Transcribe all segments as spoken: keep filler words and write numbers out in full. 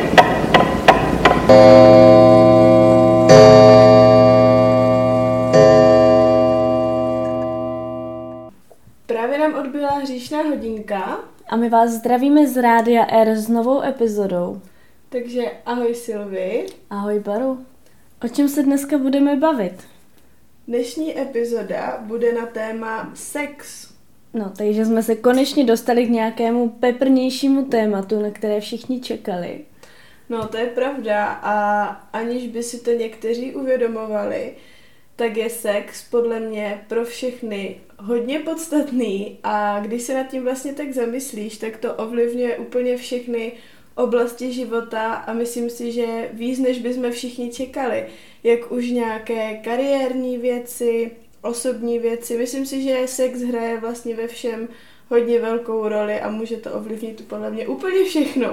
Právě nám odbyla hříšná hodinka. A my vás zdravíme z Rádia R s novou epizodou. Takže ahoj Silvi. Ahoj Baru. O čem se dneska budeme bavit? Dnešní epizoda bude na téma sex. No, takže jsme se konečně dostali k nějakému peprnějšímu tématu, na které všichni čekali. No, to je pravda a aniž by si to někteří uvědomovali, tak je sex podle mě pro všechny hodně podstatný a když se nad tím vlastně tak zamyslíš, tak to ovlivňuje úplně všechny oblasti života a myslím si, že víc, než bychom všichni čekali, jak už nějaké kariérní věci, osobní věci. Myslím si, že sex hraje vlastně ve všem hodně velkou roli a může to ovlivnit podle mě úplně všechno.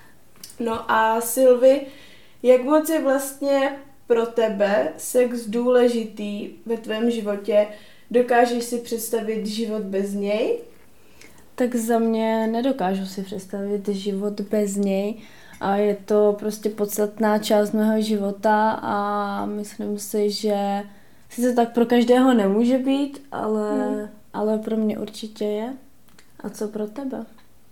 No a Silvi, jak moc je vlastně pro tebe sex důležitý ve tvém životě? Dokážeš si představit život bez něj? Tak za mě nedokážu si představit život bez něj a je to prostě podstatná část mého života a myslím si, že sice tak pro každého nemůže být, ale, hmm. ale pro mě určitě je. A co pro tebe?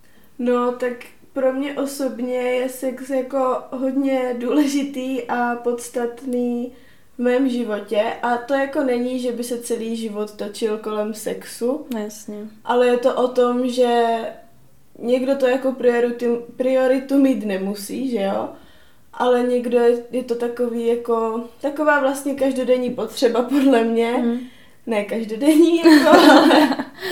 No tak pro mě osobně je sex jako hodně důležitý a podstatný v mém životě a to jako není, že by se celý život točil kolem sexu. Jasně. Ale je to o tom, že někdo to jako prioritu, prioritu mít nemusí, že jo? Ale někdo je, je to takový jako, taková vlastně každodenní potřeba podle mě. Mm. Ne každodenní, jako, ale,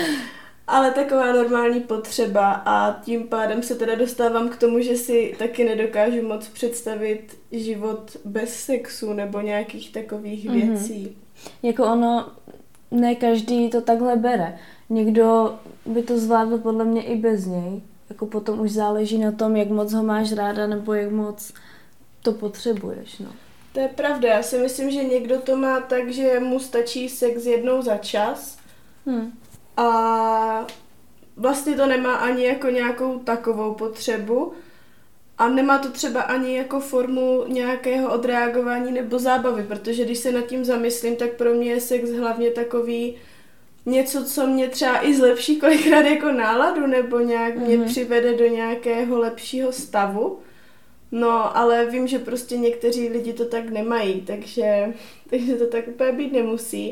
ale taková normální potřeba a tím pádem se teda dostávám k tomu, že si taky nedokážu moc představit život bez sexu nebo nějakých takových mm-hmm. věcí. Jako ono, ne každý to takhle bere. Někdo by to zvládl podle mě i bez něj. Jako potom už záleží na tom, jak moc ho máš ráda nebo jak moc to potřebuješ, no. To je pravda, já si myslím, že někdo to má tak, že mu stačí sex jednou za čas hmm. a vlastně to nemá ani jako nějakou takovou potřebu a nemá to třeba ani jako formu nějakého odreagování nebo zábavy, protože když se nad tím zamyslím, tak pro mě je sex hlavně takový něco, co mě třeba i zlepší kolikrát jako náladu nebo nějak mě hmm. přivede do nějakého lepšího stavu. No, ale vím, že prostě někteří lidi to tak nemají, takže, takže to tak úplně být nemusí.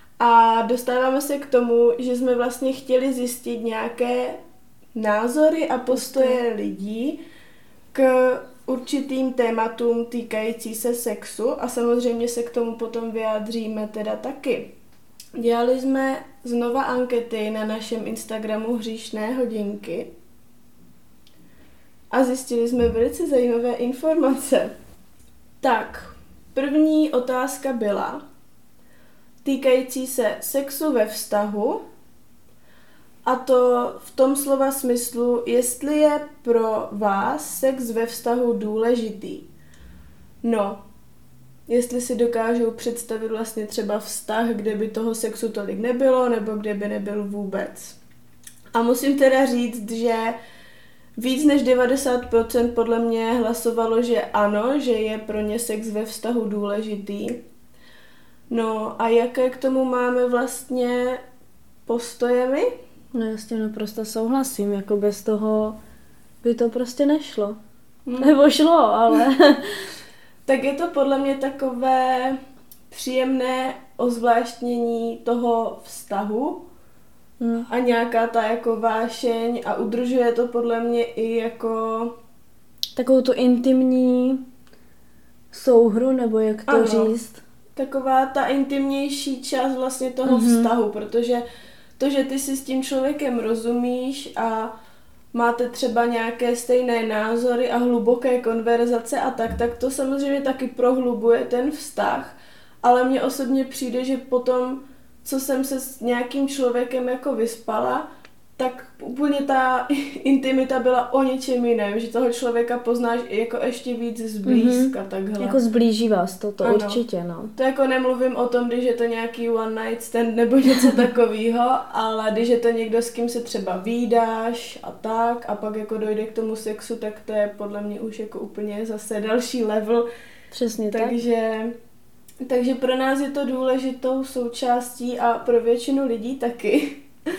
A dostáváme se k tomu, že jsme vlastně chtěli zjistit nějaké názory a postoje lidí k určitým tématům týkající se sexu a samozřejmě se k tomu potom vyjádříme teda taky. Dělali jsme znova ankety na našem Instagramu Hříšné hodinky a zjistili jsme velice zajímavé informace. Tak, první otázka byla týkající se sexu ve vztahu a to v tom slova smyslu, jestli je pro vás sex ve vztahu důležitý. No, jestli si dokážou představit vlastně třeba vztah, kde by toho sexu tolik nebylo nebo kde by nebyl vůbec. A musím teda říct, že víc než devadesát procent podle mě hlasovalo, že ano, že je pro ně sex ve vztahu důležitý. No a jaké k tomu máme vlastně postoje my? No já s tím naprosto souhlasím, jako bez toho by to prostě nešlo. Hmm. Nebo šlo, ale... Tak je to podle mě takové příjemné ozvláštnění toho vztahu, Hmm. a nějaká ta jako vášeň a udržuje to podle mě i jako... Takovou tu intimní souhru, nebo jak to ano, říct? Taková ta intimnější část vlastně toho mm-hmm. vztahu, protože to, že ty si s tím člověkem rozumíš a máte třeba nějaké stejné názory a hluboké konverzace a tak, tak to samozřejmě taky prohlubuje ten vztah, ale mně osobně přijde, že potom, co jsem se s nějakým člověkem jako vyspala, tak úplně ta intimita byla o něčem jiném, že toho člověka poznáš jako ještě víc zblízka, mm-hmm. takhle. Jako zblíží vás to, to ano. určitě, no. To jako nemluvím o tom, když je to nějaký one night stand nebo něco takového, ale když je to někdo, s kým se třeba vídáš a tak a pak jako dojde k tomu sexu, tak to je podle mě už jako úplně zase další level. Přesně tak. Takže, takže pro nás je to důležitou součástí a pro většinu lidí taky.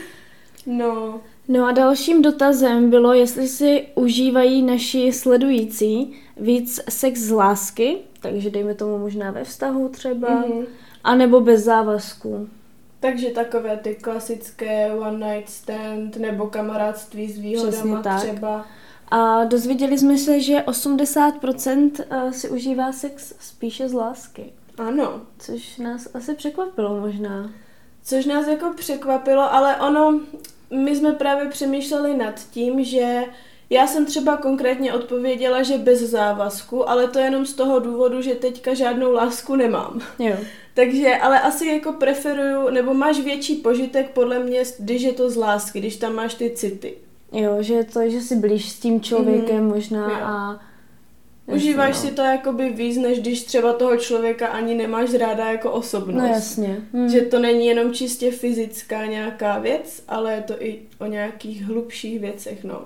No. No a dalším dotazem bylo, jestli si užívají naši sledující víc sex z lásky, takže dejme tomu možná ve vztahu třeba, mm-hmm. anebo bez závazků. Takže takové ty klasické one night stand nebo kamarádství s výhodama třeba. A dozvěděli jsme se, že osmdesát procent si užívá sex spíše z lásky. Ano. Což nás asi překvapilo možná. Což nás jako překvapilo, ale ono, my jsme právě přemýšleli nad tím, že já jsem třeba konkrétně odpověděla, že bez závazku, ale to jenom z toho důvodu, že teďka žádnou lásku nemám. Jo. Takže, ale asi jako preferuju, nebo máš větší požitek podle mě, když je to z lásky, když tam máš ty city. Jo, že je to, že jsi blíž s tím člověkem mm, možná jo. a... Užíváš jasně, no. si to jakoby víc, než když třeba toho člověka ani nemáš ráda jako osobnost. No jasně. Hmm. Že to není jenom čistě fyzická nějaká věc, ale je to i o nějakých hlubších věcech, no.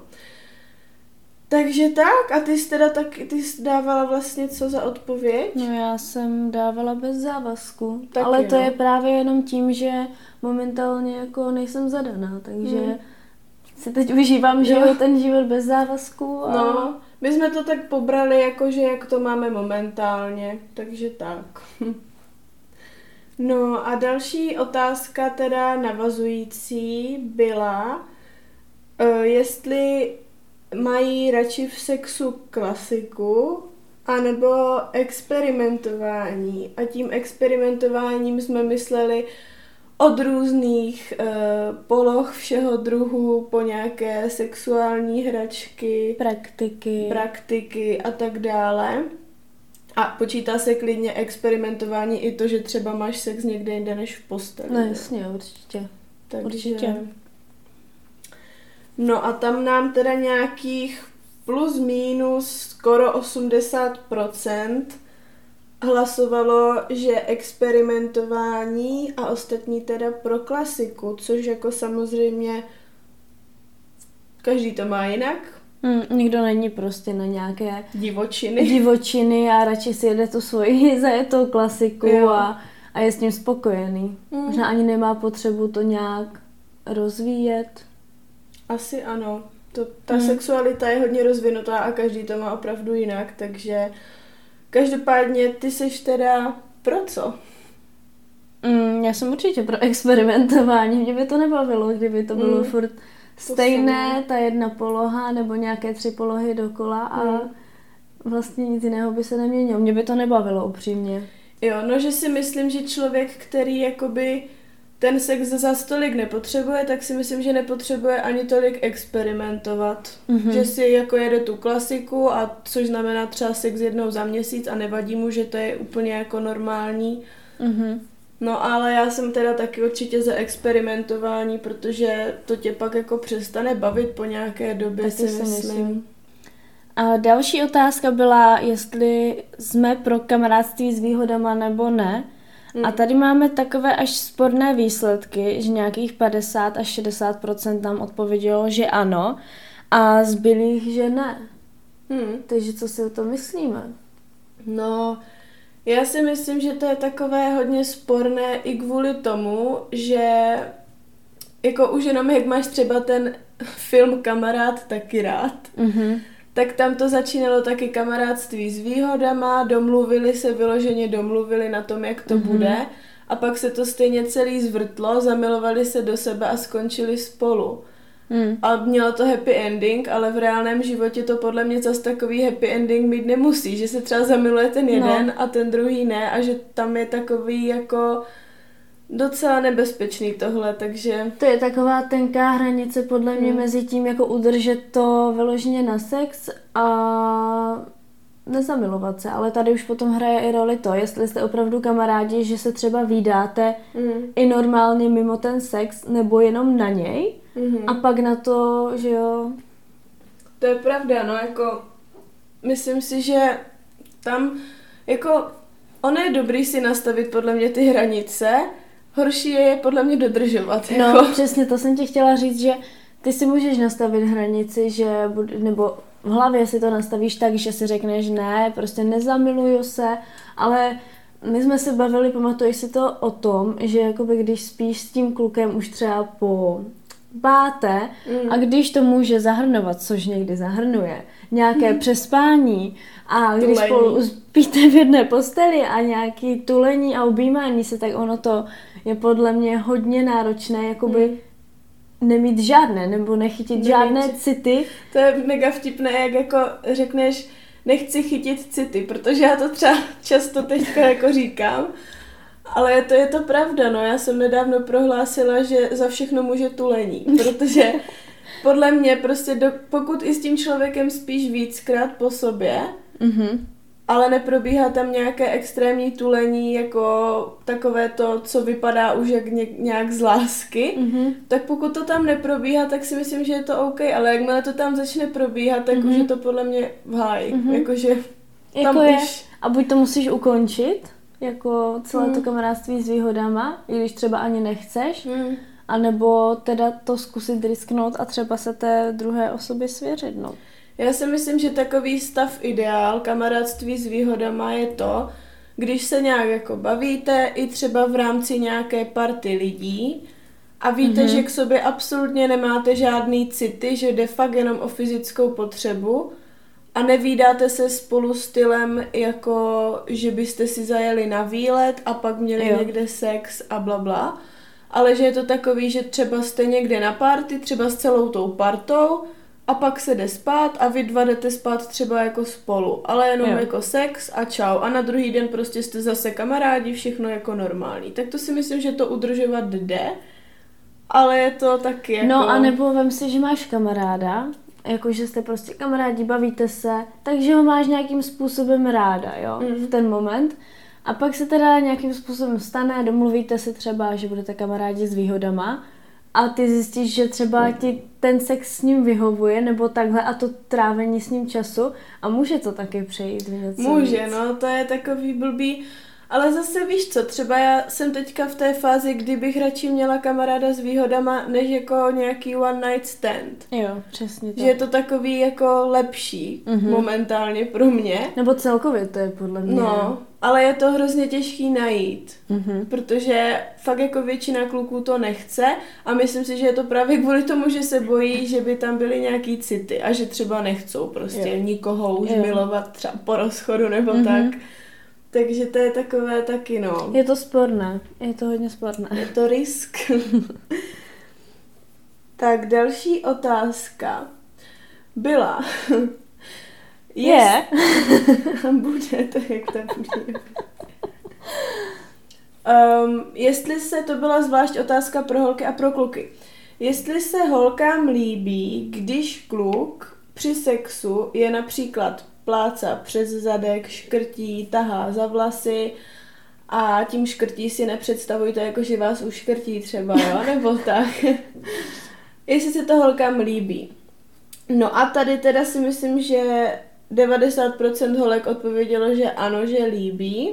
Takže tak, a ty jsi teda tak, ty jsi dávala vlastně co za odpověď? No já jsem dávala bez závazku, taky, ale to no. je právě jenom tím, že momentálně jako nejsem zadaná, takže hmm. si teď užívám jo. ten život bez závazku. A... No, my jsme to tak pobrali, jakože jak to máme momentálně, takže tak. No a další otázka teda navazující byla, uh, jestli mají radši v sexu klasiku anebo experimentování. A tím experimentováním jsme mysleli od různých uh, poloh všeho druhu po nějaké sexuální hračky, praktiky, praktiky a tak dále. A počítá se klidně experimentování i to, že třeba máš sex někde jinde než v posteli. No jasně, určitě. Takže... určitě. No a tam nám teda nějakých plus minus skoro osmdesát procent hlasovalo, že experimentování a ostatní teda pro klasiku, což jako samozřejmě každý to má jinak. Hmm, nikdo není prostě na nějaké divočiny, divočiny a radši si jede tu svoji zajetou klasiku a, a je s tím spokojený. Hmm. Možná ani nemá potřebu to nějak rozvíjet. Asi ano. To, ta hmm. sexualita je hodně rozvinutá a každý to má opravdu jinak, takže každopádně ty seš teda pro co? Mm, já jsem určitě pro experimentování. Mě by to nebavilo, kdyby to bylo mm. furt stejné, ta jedna poloha nebo nějaké tři polohy dokola a mm. vlastně nic jiného by se neměnilo. Mě by to nebavilo upřímně. Jo, no že si myslím, že člověk, který jakoby ten sex za stolik nepotřebuje, tak si myslím, že nepotřebuje ani tolik experimentovat. Mm-hmm. Že si jako jede tu klasiku, a což znamená třeba sex jednou za měsíc a nevadí mu, že to je úplně jako normální. Mm-hmm. No ale já jsem teda taky určitě za experimentování, protože to tě pak jako přestane bavit po nějaké době, taky si myslím. myslím. A další otázka byla, jestli jsme pro kamarádství s výhodama nebo ne. A tady máme takové až sporné výsledky, že nějakých padesát až šedesát procent nám odpovědělo, že ano, a zbylých, že ne. Hmm. Takže co si o to myslíme? No, já si myslím, že to je takové hodně sporné i kvůli tomu, že jako už jenom jak máš třeba ten film Kamarád taky rád, mm-hmm. tak tam to začínalo taky kamarádství s výhodama, domluvili se, vyloženě domluvili na tom, jak to mm-hmm. bude, a pak se to stejně celý zvrtlo, zamilovali se do sebe a skončili spolu. Mm. A mělo to happy ending, ale v reálném životě to podle mě zas takový happy ending mít nemusí, že se třeba zamiluje ten jeden no. a ten druhý ne, a že tam je takový jako docela nebezpečný tohle, takže... To je taková tenká hranice podle mě hmm. mezi tím, jako udržet to vyloženě na sex a nezamilovat se, ale tady už potom hraje i roli to, jestli jste opravdu kamarádi, že se třeba vídáte mm. i normálně mimo ten sex, nebo jenom na něj mm. a pak na to, že jo. To je pravda, no jako myslím si, že tam jako ono je dobrý si nastavit podle mě ty hranice, horší je je podle mě dodržovat. Jako. No přesně, to jsem ti chtěla říct, že ty si můžeš nastavit hranici, že nebo v hlavě si to nastavíš tak, že si řekneš ne, prostě nezamiluju se, ale my jsme se bavili, pamatuješ si to o tom, že jakoby když spíš s tím klukem už třeba po páté mm. a když to může zahrnovat, což někdy zahrnuje, nějaké mm. přespání a když tulení. Spolu spíte v jedné posteli a nějaký tulení a objímání se, tak ono to je podle mě hodně náročné, jakoby mm. nemít žádné, nebo nechytit nemít. žádné city. To je mega vtipné, jak jako řekneš, nechci chytit city, protože já to třeba často teďka jako říkám, ale je to, je to pravda, no. Já jsem nedávno prohlásila, že za všechno může tulení, protože podle mě prostě, do, pokud i s tím člověkem spíš víckrát po sobě, mm-hmm. ale neprobíhá tam nějaké extrémní tulení, jako takové to, co vypadá už jak ně, nějak z lásky, mm-hmm. tak pokud to tam neprobíhá, tak si myslím, že je to OK, ale jakmile to tam začne probíhat, tak mm-hmm. už je to podle mě v háji. Mm-hmm. Jakože tam jako je, už... A buď to musíš ukončit, jako celé mm. to kamarádství s výhodama, i když třeba ani nechceš, mm. anebo teda to zkusit risknout a třeba se té druhé osobě svěřit, no. Já si myslím, že takový stav ideál kamarádství s výhodama je to, když se nějak jako bavíte i třeba v rámci nějaké party lidí a víte, mm-hmm. že k sobě absolutně nemáte žádný city, že jde fakt jenom o fyzickou potřebu a nevídáte se spolu stylem jako, že byste si zajeli na výlet a pak měli jo. někde sex a bla bla, ale že je to takový, že třeba jste někde na party, třeba s celou tou partou a pak se jde spát a vy dva jdete spát třeba jako spolu, ale jenom jo. jako sex a čau. A na druhý den prostě jste zase kamarádi, všechno jako normální. Tak to si myslím, že to udržovat jde, ale je to taky jako... No a nebo vem si, že máš kamaráda, jakože jste prostě kamarádi, bavíte se, takže ho máš nějakým způsobem ráda, jo, mm. v ten moment. A pak se teda nějakým způsobem stane, domluvíte se třeba, že budete kamarádi s výhodama, a ty zjistíš, že třeba ti ten sex s ním vyhovuje, nebo takhle a to trávení s ním času a může to taky přejít v něco Může, víc. no, to je takový blbý, ale zase víš co, třeba já jsem teďka v té fázi, kdy bych radši měla kamaráda s výhodama, než jako nějaký one night stand. Jo, přesně tak. Že je to takový jako lepší mm-hmm. momentálně pro mě. Nebo celkově to je podle mě. No, ale je to hrozně těžký najít, mm-hmm. protože fakt jako většina kluků to nechce a myslím si, že je to právě kvůli tomu, že se bojí, že by tam byly nějaký city a že třeba nechcou prostě jo. nikoho už jo. milovat třeba po rozchodu nebo mm-hmm. tak. Takže to je takové taky, no. Je to sporné, je to hodně sporné. Je to risk. Tak další otázka byla... Je. Bude to, jak to bude. Um, jestli se, to byla zvlášť otázka pro holky a pro kluky. Jestli se holkám líbí, když kluk při sexu je například pláca přes zadek, škrtí, tahá za vlasy a tím škrtí si nepředstavujte, jako že vás uškrtí třeba, jo, nebo tak. Jestli se to holkám líbí. No a tady teda si myslím, že devadesát procent holek odpovědělo, že ano, že líbí.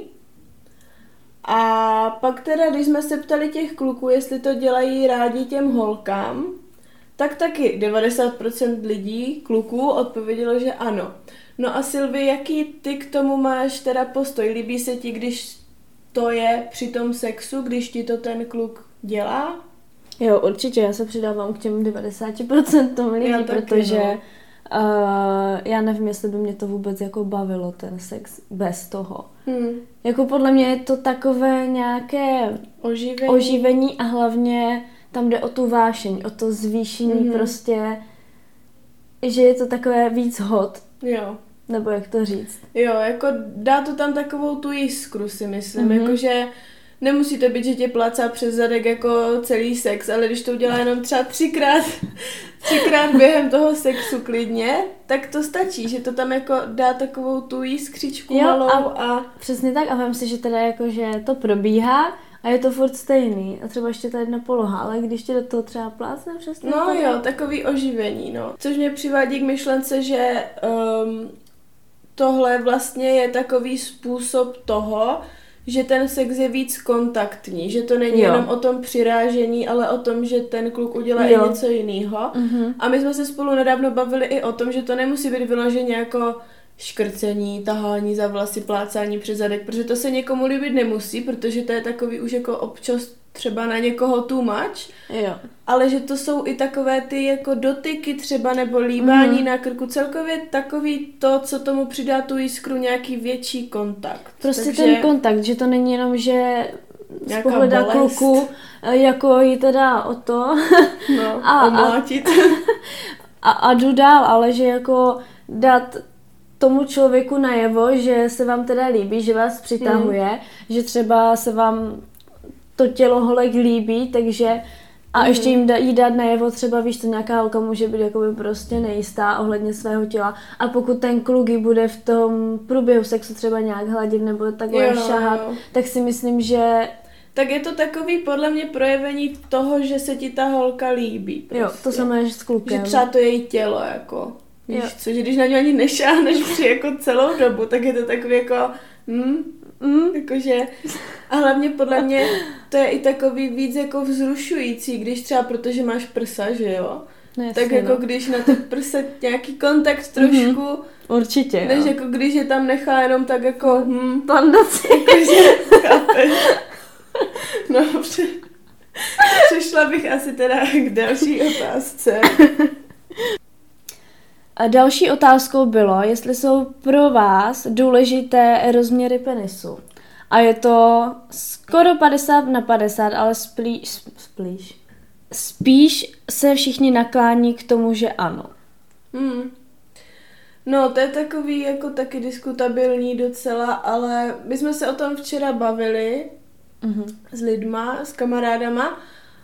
A pak teda, když jsme se ptali těch kluků, jestli to dělají rádi těm holkám, tak taky devadesát procent lidí, kluků, odpovědělo, že ano. No a Silvi, jaký ty k tomu máš teda postoj? Líbí se ti, když to je při tom sexu, když ti to ten kluk dělá? Jo, určitě, já se přidávám k těm devadesát procent lidí, já taky, protože no. uh, já nevím, jestli by mě to vůbec jako bavilo, ten sex bez toho. Hmm. Jako podle mě je to takové nějaké oživení, oživení a hlavně tam jde o tu vášeň, o to zvýšení mm-hmm. prostě, že je to takové víc hot. Jo. Nebo jak to říct? Jo, jako dá to tam takovou tu jiskru, si myslím, mm-hmm. jakože nemusí to být, že tě plácá přes zadek jako celý sex, ale když to udělá jenom třeba třikrát, třikrát během toho sexu klidně, tak to stačí, že to tam jako dá takovou tu jiskřičku jo, malou a, a... Přesně tak a vem si, že teda jako, že to probíhá a je to furt stejný a třeba ještě ta jedna poloha, ale když tě do toho třeba plácne přesně... No tady... jo, takový oživení, no. Což mě přivádí k myšlence, že um, tohle vlastně je takový způsob toho, že ten sex je víc kontaktní, že to není jo. jenom o tom přirážení, ale o tom, že ten kluk udělá jo. i něco jiného. Mm-hmm. A my jsme se spolu nedávno bavili i o tom, že to nemusí být vyloženě jako škrcení, tahání za vlasy, plácání přes zadek, protože to se někomu líbit nemusí, protože to je takový už jako občas třeba na někoho too much, jo. ale že to jsou i takové ty jako dotyky třeba nebo líbání mm. na krku, celkově takový to, co tomu přidá tu jiskru, nějaký větší kontakt. Prostě takže... ten kontakt, že to není jenom, že z pohledu bolest. kluku, jako jí teda o to no, a, omlátit. A, a jdu dál, ale že jako dát tomu člověku najevo, že se vám teda líbí, že vás přitahuje, mm. že třeba se vám to tělo holek líbí, takže a mm. ještě jim dá, jí dát najevo, třeba víš, to nějaká holka může být jakoby prostě nejistá ohledně svého těla a pokud ten kluk jí bude v tom průběhu sexu třeba nějak hladit nebo takhle jo, šahat, jo. tak si myslím, že tak je to takový podle mě projevení toho, že se ti ta holka líbí. Prostě. Jo, to samé s klukem. Že třeba to její tělo, jako. Víš co, že když na něj ani nešáhneš při jako celou dobu, tak je to takový jako hm, hm, jakože a hlavně podle mě to je i takový víc jako vzrušující, když třeba protože máš prsa, že jo? No jasně, tak jako no. když na ty prse nějaký kontakt trošku mm-hmm. určitě, než jo. jako když je tam nechá jenom tak jako hm, pandaci. Jakože, chápeš? No, pře- přešla bych asi teda k další otázce. A další otázkou bylo, jestli jsou pro vás důležité rozměry penisu. A je to skoro padesát na padesát, ale splíš, splíš, spíš se všichni naklání k tomu, že ano. Hmm. No, to je takový jako taky diskutabilní docela, ale my jsme se o tom včera bavili mm-hmm. s lidma, s kamarádama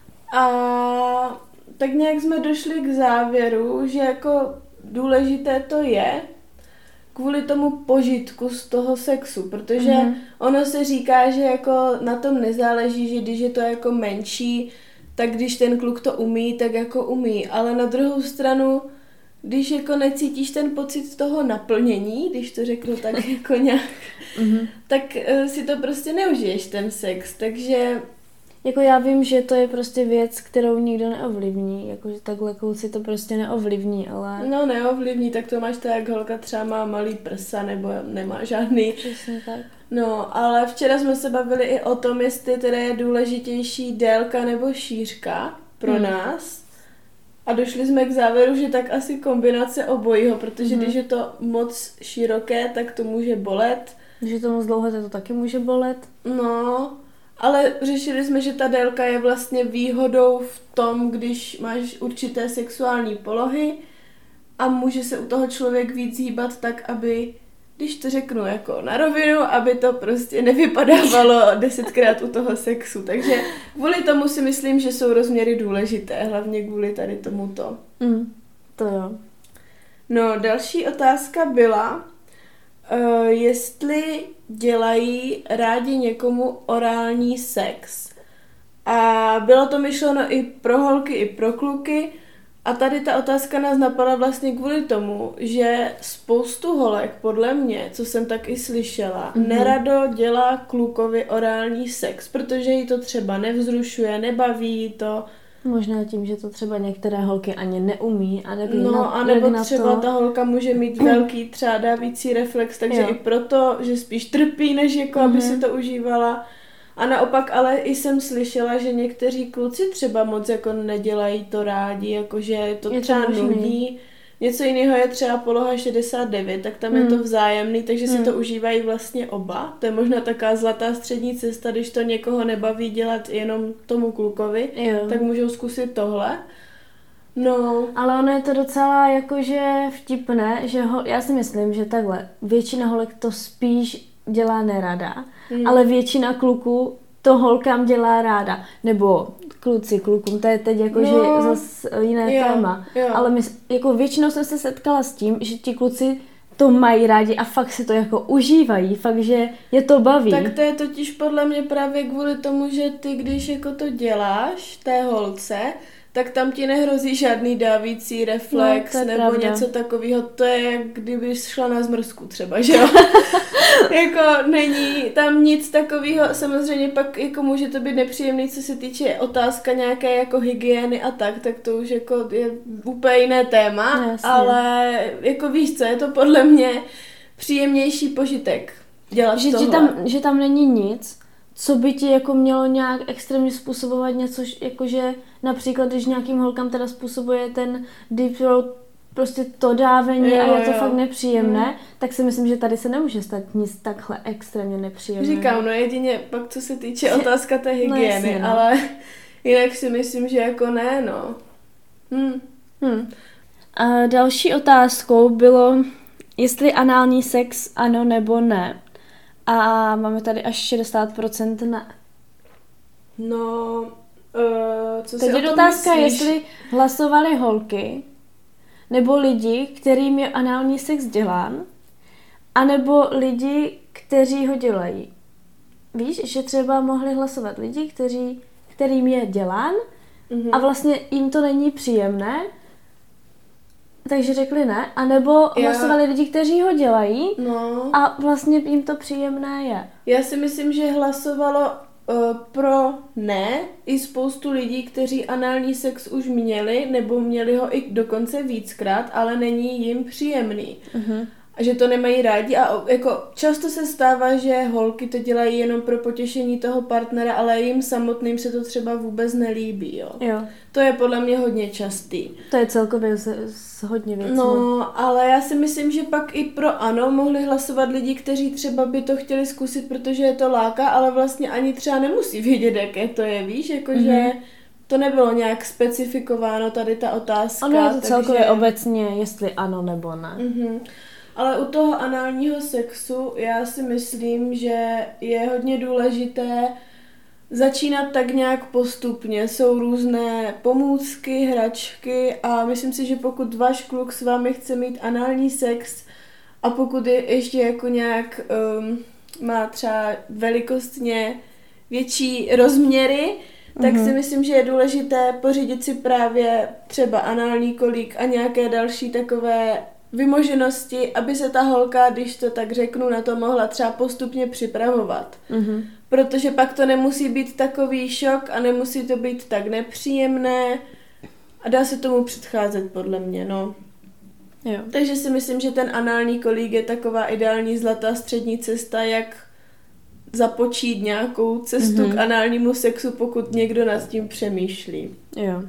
a tak nějak jsme došli k závěru, že jako důležité to je kvůli tomu požitku z toho sexu, protože mm-hmm. ono se říká, že jako na tom nezáleží, že když je to jako menší, tak když ten kluk to umí, tak jako umí, ale na druhou stranu, když jako necítíš ten pocit toho naplnění, když to řeknu tak jako nějak, mm-hmm. tak uh, si to prostě neužiješ ten sex, takže jako já vím, že to je prostě věc, kterou nikdo neovlivní, jakože takhle kluci to prostě neovlivní, ale... No neovlivní, tak to máš tak, jak holka třeba má malý prsa nebo nemá žádný. Přesně tak. No, ale včera jsme se bavili i o tom, jestli teda je důležitější délka nebo šířka pro hmm. nás. A došli jsme k závěru, že tak asi kombinace obojího, protože hmm. když je to moc široké, tak to může bolet. Když je to moc dlouhé, tak to taky může bolet. No... Ale řešili jsme, že ta délka je vlastně výhodou v tom, když máš určité sexuální polohy a může se u toho člověk víc hýbat tak, aby, když to řeknu jako na rovinu, aby to prostě nevypadávalo desetkrát u toho sexu. Takže kvůli tomu si myslím, že jsou rozměry důležité, hlavně kvůli tady tomuto. Mm, to jo. No, další otázka byla, Uh, jestli dělají rádi někomu orální sex. A bylo to myšleno i pro holky, i pro kluky. A tady ta otázka nás napadla vlastně kvůli tomu, že spoustu holek, podle mě, co jsem taky slyšela, mm-hmm. nerado dělá klukovi orální sex, protože jí to třeba nevzrušuje, nebaví to. Možná tím, že to třeba některé holky ani neumí a neví no, na, a nebo na třeba to. Ta holka může mít velký třeba dávící reflex, takže jo. i proto, že spíš trpí, než jako mm-hmm. aby si to užívala. A naopak, ale i jsem slyšela, že někteří kluci třeba moc jako nedělají to rádi, jakože to je třeba nudí. Něco jiného je třeba poloha šedesát devět, tak tam mm. je to vzájemný, takže mm. si to užívají vlastně oba. To je možná taková zlatá střední cesta, když to někoho nebaví dělat jenom tomu klukovi, jo. tak můžou zkusit tohle. No. Ale ono je to docela jakože vtipné, že ho, já si myslím, že takhle, většina holek to spíš dělá nerada, mm. ale většina kluků to holkám dělá ráda. Nebo kluci, klukům, to je teď jako, no, že zase jiné jo, téma. Jo. Ale my, jako většinou jsem se setkala s tím, že ti kluci to mají rádi a fakt si to jako užívají, fakt, že je to baví. Tak to je totiž podle mě právě kvůli tomu, že ty, když jako to děláš té holce, tak tam ti nehrozí žádný dávící reflex no, nebo pravda. něco takového. To je, jak kdyby šla na zmrzku třeba, že jo? Jako není tam nic takového. Samozřejmě pak jako může to být nepříjemný, co se týče otázka nějaké jako hygieny a tak, tak to už jako je úplně jiné téma, Jasně. ale jako víš co, je to podle mě příjemnější požitek dělat že, tohle. že, tam, že tam není nic, co by ti jako mělo nějak extrémně způsobovat něco, jakože například, když nějakým holkám teda způsobuje ten deep throat prostě to dávení jo, a je to jo. fakt nepříjemné, hmm. tak si myslím, že tady se nemůže stát nic takhle extrémně nepříjemného. Říkám, no jedině pak co se týče otázka té hygieny, no jasně, no. ale jinak si myslím, že jako ne, no. Hm. Hmm. A další otázkou bylo, jestli anální sex ano nebo ne. A máme tady až šedesát procent ne. No, uh, co Teď si je o tom otázka, myslíš? jestli hlasovali holky, nebo lidi, kterým je anální sex dělán, anebo lidi, kteří ho dělají. Víš, že třeba mohli hlasovat lidi, kteří, kterým je dělán Mm-hmm. a vlastně jim to není příjemné, takže řekli ne, anebo Já... hlasovali lidi, kteří ho dělají No. a vlastně jim to příjemné je. Já si myslím, že hlasovalo uh, pro ne i spoustu lidí, kteří anální sex už měli, nebo měli ho i dokonce víckrát, ale není jim příjemný. Uh-huh. A že to nemají rádi a jako často se stává, že holky to dělají jenom pro potěšení toho partnera, ale jim samotným se to třeba vůbec nelíbí, jo. Jo. To je podle mě hodně častý. To je celkově z, z hodně věcí. No, ale já si myslím, že pak i pro ano mohli hlasovat lidi, kteří třeba by to chtěli zkusit, protože je to láká, ale vlastně ani třeba nemusí vědět, jaké to je, víš, jakože mm-hmm. to nebylo nějak specifikováno tady ta otázka. Ono je to takže... celkově obecně, jestli ano nebo ne. Mm-hmm. Ale u toho análního sexu já si myslím, že je hodně důležité začínat tak nějak postupně. Jsou různé pomůcky, hračky a myslím si, že pokud váš kluk s vámi chce mít anální sex a pokud je ještě jako nějak um, má třeba velikostně větší rozměry, tak mm-hmm. si myslím, že je důležité pořídit si právě třeba anální kolík a nějaké další takové vymoženosti, aby se ta holka, když to tak řeknu, na to mohla třeba postupně připravovat. Mm-hmm. Protože pak to nemusí být takový šok a nemusí to být tak nepříjemné a dá se tomu předcházet podle mě, no. Jo. Takže si myslím, že ten anální kolík je taková ideální zlatá střední cesta, jak započít nějakou cestu mm-hmm. k análnímu sexu, pokud někdo nad tím přemýšlí. Jo.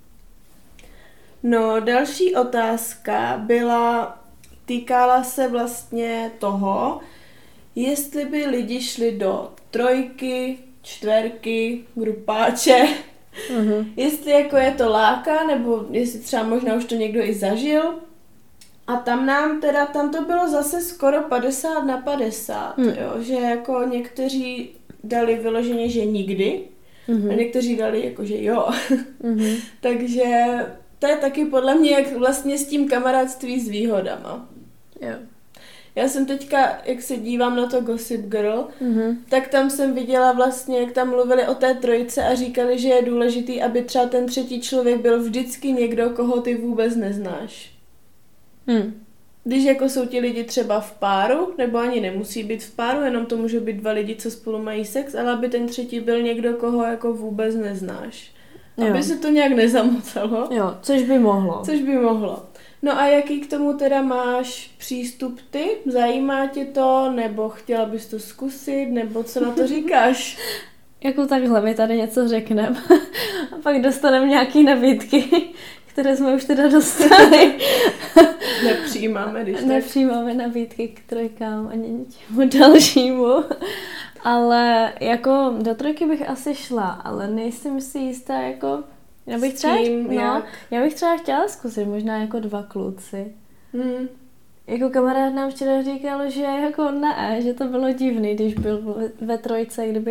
No, další otázka byla, týkala se vlastně toho, jestli by lidi šli do trojky, čtverky, grupáče, uh-huh. jestli jako je to láká, nebo jestli třeba možná už to někdo i zažil. A tam nám teda, tam to bylo zase skoro padesát na padesát, hmm. jo, že jako někteří dali vyloženě, že nikdy, uh-huh. a někteří dali jako, že jo. Uh-huh. Takže to je taky podle mě jak vlastně s tím kamarádství s výhodama. Jo. Já jsem teďka, jak se dívám na to Gossip Girl, mm-hmm. tak tam jsem viděla vlastně, jak tam mluvili o té trojce a říkali, že je důležitý, aby třeba ten třetí člověk byl vždycky někdo, koho ty vůbec neznáš. Hmm. Když jako jsou ti lidi třeba v páru, nebo ani nemusí být v páru, jenom to může být dva lidi, co spolu mají sex, ale aby ten třetí byl někdo, koho jako vůbec neznáš. Jo. Aby se to nějak nezamotalo. Jo, což by mohlo. Což by mohlo. No a jaký k tomu teda máš přístup ty? Zajímá tě to? Nebo chtěla bys to zkusit? Nebo co na to říkáš? Jako takhle, my tady něco řekneme a pak dostaneme nějaký nabídky, které jsme už teda dostali. Nepřijímáme, když tak. Nepřijímáme nabídky k trojkám ani něčemu dalšímu. Ale jako do trojky bych asi šla, ale nejsem si jistá jako... Já bych, třeba, no, já bych třeba chtěla zkusit, možná jako dva kluci. Hmm. Jako kamarád nám včera říkal, že jako ne, že to bylo divný, když byl ve trojce, kdyby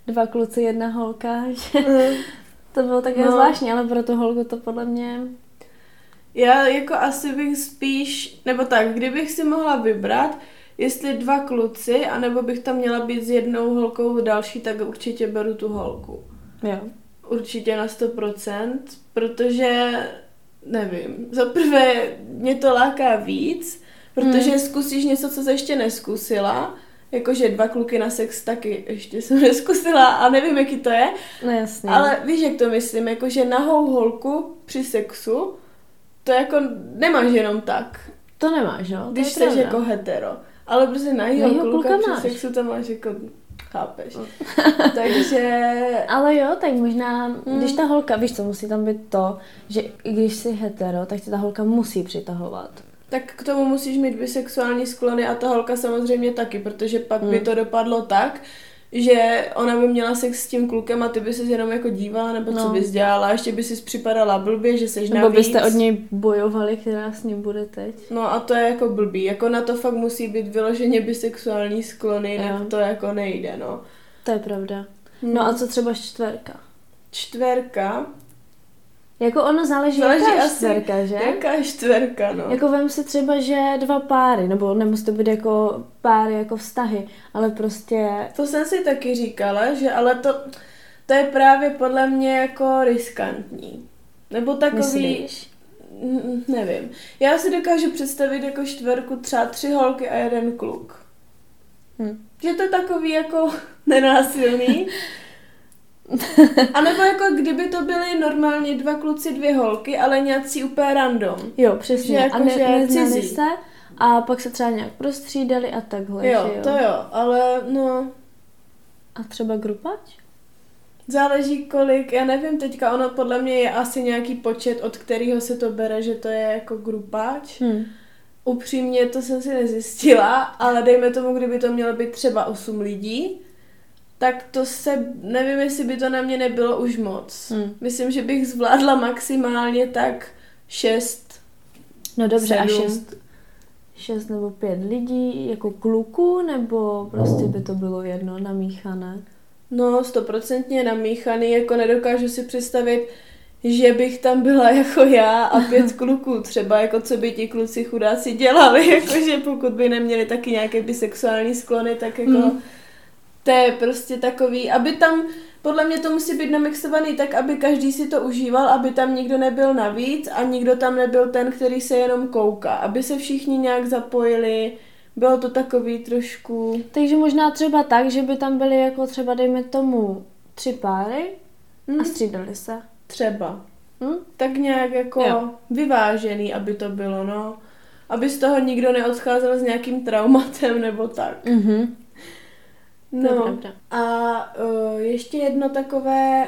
dva kluci, jedna holka, že Mm. to bylo také No. zvláštní, ale pro tu holku to podle mě... Já jako asi bych spíš, nebo tak, kdybych si mohla vybrat, jestli dva kluci, anebo bych tam měla být s jednou holkou další, tak určitě beru tu holku. Jo. Určitě na sto procent, protože, nevím, za prvé mě to láká víc, protože hmm. zkusíš něco, co jsi ještě neskusila, jakože dva kluky na sex taky ještě jsem neskusila a nevím, jaký to je, No jasně. ale víš, jak to myslím, jakože nahou holku při sexu, to jako nemáš jenom tak, To nemáš, jo? když to jsi je pravda. jako hetero, ale prostě nahýho Nahýho kluka, kluka při máš. sexu to máš jako, chápeš. Takže... Ale jo, tak možná, Hmm. když ta holka, víš co, musí tam být to, že i když jsi hetero, tak tě ta holka musí přitahovat. Tak k tomu musíš mít bisexuální sklony a ta holka samozřejmě taky, protože pak by Hmm. to dopadlo tak, že ona by měla sex s tím klukem a ty by se jenom jako dívala, nebo co No. bys dělala, ještě by si připadala blbě, že seš Nebo navíc. byste od něj bojovali, která s ním bude teď. No a to je jako blbý, jako na to fakt musí být vyloženě bisexuální sklony, jinak Jo. to jako nejde, no. To je pravda. Hmm. No a co třeba čtverka? Čtverka? Jako ono záleží, Záleží jaká asi, čtverka, že? Jaká čtverka, no. Jako vem si třeba, že dva páry, nebo nemusí to být jako páry, jako vztahy, ale prostě... To jsem si taky říkala, že ale to, to je právě podle mě jako riskantní. Nebo takový... Myslíš? Mm, nevím. Já si dokážu představit jako čtverku třeba tři holky a jeden kluk. Hm. Že to je takový jako nenásilný. A nebo jako kdyby to byly normálně dva kluci, dvě holky, ale nějací úplně random. Jo, přesně. Že jako, a ne, že neznali cizí. se a pak se třeba nějak prostřídali a takhle, Jo, že jo? to jo, ale no... A třeba grupáč? Záleží kolik, já nevím teďka, ono podle mě je asi nějaký počet, od kterého se to bere, že to je jako grupáč. Hm. Upřímně to jsem si nezjistila, ale dejme tomu, kdyby to mělo být třeba osm lidí, tak to se, nevím, jestli by to na mě nebylo už moc. Hmm. Myslím, že bych zvládla maximálně tak šest, No dobře, a sedm. šest, šest nebo pět lidí jako kluků, nebo prostě by to bylo jedno namíchané? No, stoprocentně namíchaný, jako nedokážu si představit, že bych tam byla jako já a pět kluků třeba, jako co by ti kluci chudáci dělali, jakože pokud by neměli taky nějaké bisexuální sklony, tak jako Hmm. to je prostě takový, aby tam, podle mě to musí být namixovaný tak, aby každý si to užíval, aby tam nikdo nebyl navíc a nikdo tam nebyl ten, který se jenom kouká, aby se všichni nějak zapojili, bylo to takový trošku... Takže možná třeba tak, že by tam byly jako třeba dejme tomu tři páry Hm, a střídali se. třeba. Hm? Tak nějak jako Jo. vyvážený, aby to bylo, no. Aby z toho nikdo neodcházel s nějakým traumatem nebo tak. Mhm. To je No. pravda. A uh, ještě jedno takové,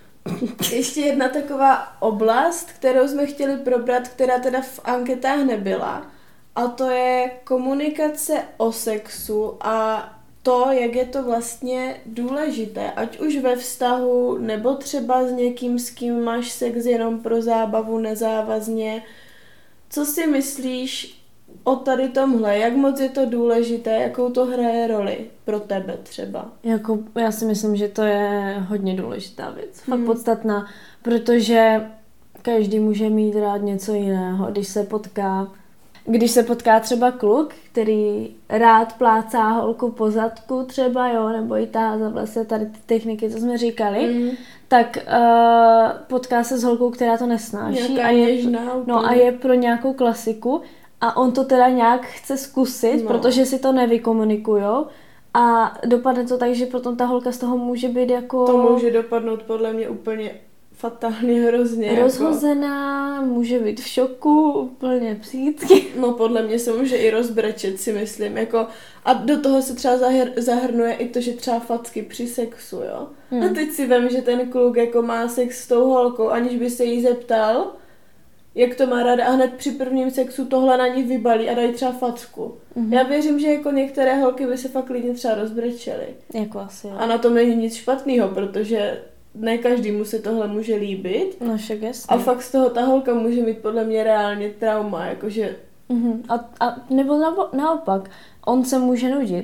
ještě jedna taková oblast, kterou jsme chtěli probrat, která teda v anketách nebyla. A to je komunikace o sexu a to, jak je to vlastně důležité, ať už ve vztahu, nebo třeba s někým, s kým máš sex jenom pro zábavu, nezávazně. Co si myslíš o tady tomhle? Jak moc je to důležité? Jakou to hraje roli pro tebe třeba? Jako, já si myslím, že to je hodně důležitá věc. Fakt Hmm. podstatná, protože každý může mít rád něco jiného, když se potká. Když se potká třeba kluk, který rád plácá holku po zadku třeba, jo, nebo jí tahá za vlasy, tady ty techniky, co jsme říkali, Mm. tak uh, potká se s holkou, která to nesnáší Nějaká a je, něžná no, a úplně. je pro nějakou klasiku a on to teda nějak chce zkusit, No. protože si to nevykomunikujou a dopadne to tak, že potom ta holka z toho může být jako To může dopadnout podle mě úplně fatálně hrozně. rozhozená, může být v šoku, úplně psychicky. Jako. No podle mě se může i rozbrečet, si myslím. Jako, a do toho se třeba zahr- zahrnuje i to, že třeba facky při sexu, jo. Hmm. A teď si vem, že ten kluk jako má sex s tou holkou, aniž by se jí zeptal, jak to má ráda a hned při prvním sexu tohle na ní vybalí a dají třeba facku. Mhm. Já věřím, že jako některé holky by se fakt klidně třeba rozbrečely. Jako asi, jo. A na tom není nic špatného, protože ne každému se tohle může líbit. No však jasně. A fakt z toho ta holka může mít podle mě reálně trauma, jakože... Mhm. A, a nebo nabo, naopak, on se může nudit.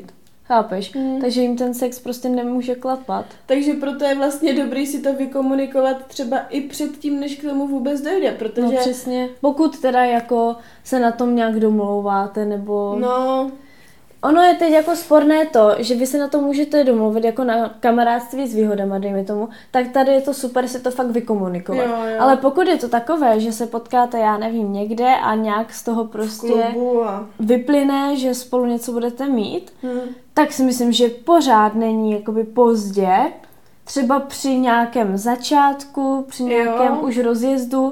Chápeš? Hmm. Takže jim ten sex prostě nemůže klapat. Takže proto je vlastně dobrý si to vykomunikovat třeba i předtím, než k tomu vůbec dojde, protože... No přesně. Pokud teda jako se na tom nějak domlouváte, nebo... No... Ono je teď jako sporné to, že vy se na to můžete domluvit jako na kamarádství s výhodama, dejme tomu, tak tady je to super si to fakt vykomunikovat. Jo, jo. Ale pokud je to takové, že se potkáte, já nevím, někde a nějak z toho prostě a... vyplyne, že spolu něco budete mít, hmm. tak si myslím, že pořád není jakoby pozdě, třeba při nějakém začátku, při nějakém jo. už rozjezdu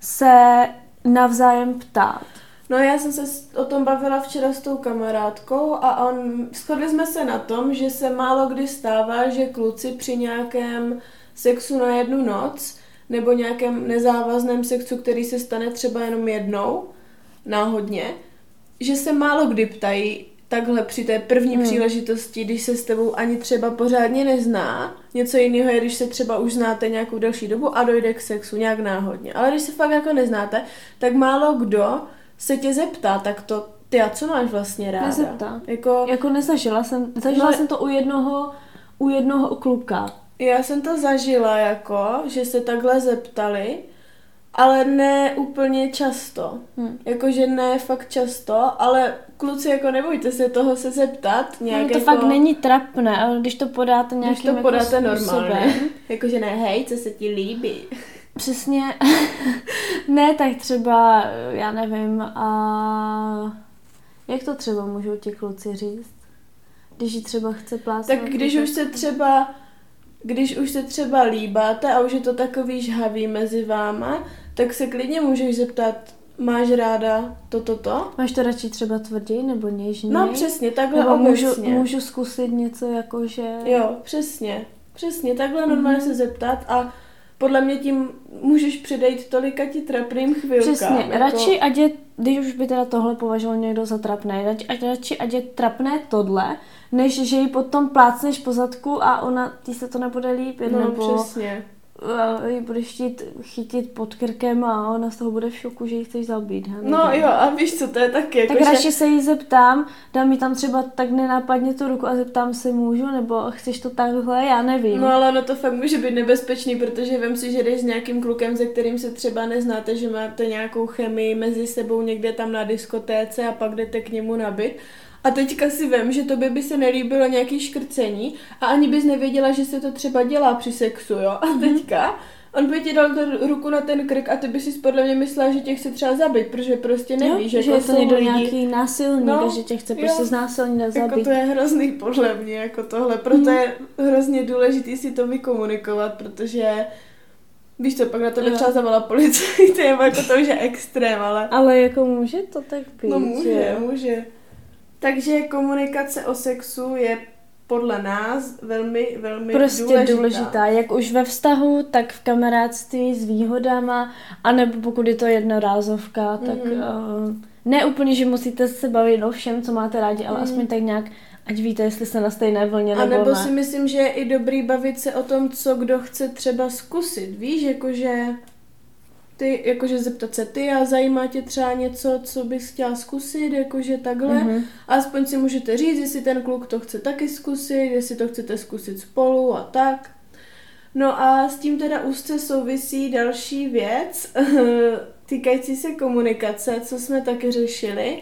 se navzájem ptát. No já jsem se o tom bavila včera s tou kamarádkou a on, shodli jsme se na tom, že se málo kdy stává, že kluci při nějakém sexu na jednu noc nebo nějakém nezávazném sexu, který se stane třeba jenom jednou, náhodně, že se málo kdy ptají takhle při té první hmm. příležitosti, když se s tebou ani třeba pořádně nezná. Něco jiného je, když se třeba už znáte nějakou delší dobu a dojde k sexu nějak náhodně. Ale když se fakt jako neznáte, tak málo kdo se tě zeptá, tak to, ty a co máš vlastně ráda? Nezeptá. Jako, jako nezažila jsem, zažila no, jsem to u jednoho, u jednoho kluka. Já jsem to zažila jako, že se takhle zeptali, ale ne úplně často. Hmm. Jakože ne fakt často, ale kluci jako nebojte se toho se zeptat. Nějak no, to jako, fakt není trapné, ale když to podáte nějakým když to podáte jako normálně. Jakože ne, hej, co se ti líbí? Přesně. Ne, tak třeba, já nevím, a jak to třeba můžou ti kluci říct? Když ji třeba chce plácnout. Tak když už se třeba, když už se třeba líbáte a už je to takový žhavý mezi váma, tak se klidně můžeš zeptat, máš ráda toto, to, to? Máš to radši třeba tvrději nebo něžněji? No přesně, takhle nebo obecně. Můžu, můžu zkusit něco jako, že... Jo, přesně. Přesně, takhle normálně mm-hmm. se zeptat a podle mě tím můžeš předejít tolika ti trapným chvilkám. Přesně, jako... radši ať je, když už by teda tohle považoval někdo za trapné, radši, ať, radši ať je trapné tohle, než že ji potom plácneš po zadku a ona, ty se to nebude líbit, no, nebo přesně. ji budeš chtít chytit pod krkem a ona z toho bude v šoku, že ji chceš zabít. He? No jo, a víš co, to je taky jako, tak že... radši se jí zeptám, dám mi tam třeba tak nenápadně tu ruku a zeptám se, můžu, nebo chceš to takhle, já nevím. No ale ono to fakt může být nebezpečný, protože vem si, že jdeš s nějakým klukem, se kterým se třeba neznáte, že máte nějakou chemii mezi sebou někde tam na diskotéce a pak jdete k němu na byt. A teďka si vem, že tobě by se nelíbilo nějaký škrcení a ani bys nevěděla, že se to třeba dělá při sexu, jo? A teďka on by ti dal ruku na ten krk a ty by si podle mě myslela, že tě chce třeba zabít, protože prostě nevíš, jo, že jako je to někdo lidi... nějaký násilník, no, že tě chce jo, prostě znásilnit a zabít. Jako to je hrozný podle mě, jako tohle, proto mm. je hrozně důležitý si to vykomunikovat, protože víš to, pak na tebe třeba zavolá policajt, to je jako to už je extrém, ale... Ale jako může to tak být, No může, že? může. Takže komunikace o sexu je podle nás velmi, velmi prostě důležitá. důležitá. Jak už ve vztahu, tak v kamarádství s výhodama, anebo pokud je to jednorázovka, tak mm-hmm. uh, ne úplně, že musíte se bavit o všem, co máte rádi, ale mm. aspoň tak nějak, ať víte, jestli jste na stejné vlně nebo ne. A nebo si myslím, že je i dobrý bavit se o tom, co kdo chce třeba zkusit. Víš, jakože... Ty, jakože zeptat se ty a zajímá tě třeba něco, co bys chtěla zkusit, jakože takhle. Mm-hmm. Aspoň si můžete říct, jestli ten kluk to chce taky zkusit, jestli to chcete zkusit spolu a tak. No a s tím teda úzce souvisí další věc, týkající se komunikace, co jsme taky řešili,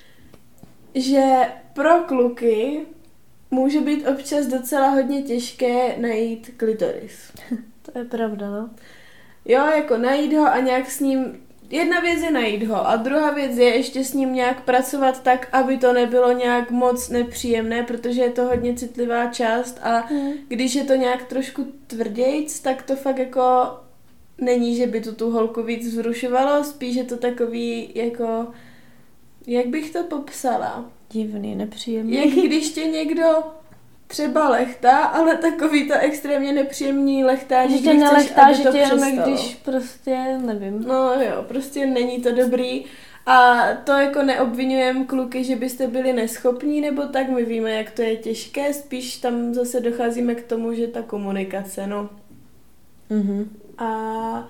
že pro kluky může být občas docela hodně těžké najít klitoris. To je pravda, no. Jo, jako najít ho a nějak s ním, jedna věc je najít ho a druhá věc je ještě s ním nějak pracovat tak, aby to nebylo nějak moc nepříjemné, protože je to hodně citlivá část a mm. když je to nějak trošku tvrdějc, tak to fakt jako není, že by to tu holku víc vzrušovalo, spíš je to takový jako, jak bych to popsala? Divný, nepříjemný. Jak když tě někdo třeba lechtá, ale takový to extrémně nepříjemný lechtá, že tě nelechtá, že tě jenom když prostě, nevím. No jo, prostě není to dobrý a to jako neobvinujem kluky, že byste byli neschopní, nebo tak, my víme, jak to je těžké, spíš tam zase docházíme k tomu, že ta komunikace, no. Mhm. A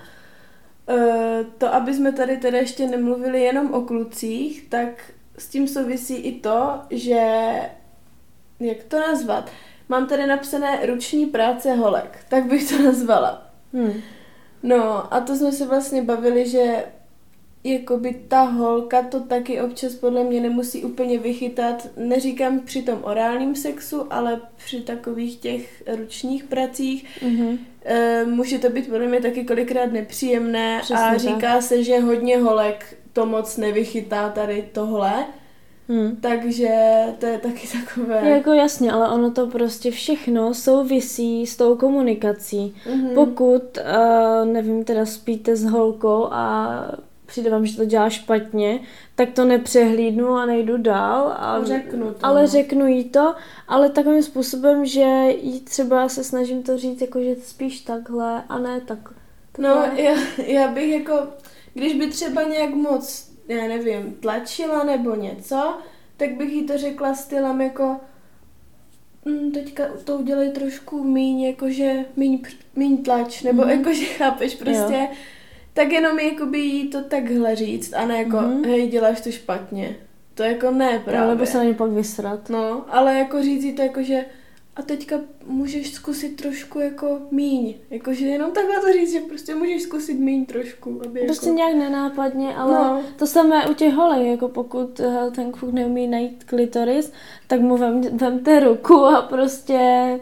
to, aby jsme tady teda ještě nemluvili jenom o klucích, tak s tím souvisí i to, že jak to nazvat? Mám tady napsané ruční práce holek, tak bych to nazvala. Hmm. No a to jsme se vlastně bavili, že jakoby ta holka to taky občas podle mě nemusí úplně vychytat, neříkám při tom orálním sexu, ale při takových těch ručních pracích. Mm-hmm. E, může to být podle mě taky kolikrát nepříjemné. Přesně a říká tak. se, že hodně holek to moc nevychytá tady tohle. Hmm. Takže to je taky takové... Jako jasně, ale ono to prostě všechno souvisí s tou komunikací. Mm-hmm. Pokud, uh, nevím, teda spíte s holkou a přijde vám, že to dělá špatně, tak to nepřehlídnu a nejdu dál. A, řeknu to. Ale řeknu jí to, ale takovým způsobem, že jí třeba se snažím to říct, jako že spíš takhle a ne tak. Takhle. No, já, já bych jako, když by třeba nějak moc, já nevím, tlačila nebo něco, tak bych jí to řekla stylem jako mm, teďka to udělej trošku míň, jakože míň, míň tlač, nebo mm. jakože chápeš prostě, jo. Tak jenom jakoby jí to takhle říct a ne jako, mm. hej, děláš to špatně. To jako ne právě. Nebo se na ně pak vysrat. No, ale jako říct jí to jako, že a teďka můžeš zkusit trošku jako míň. Jakože jenom takhle to říct, že prostě můžeš zkusit míň trošku. Aby prostě jako... nějak nenápadně, ale no. To samé u těch holek, jako pokud ten kluk neumí najít klitoris, tak mu vem, vemte ruku a prostě...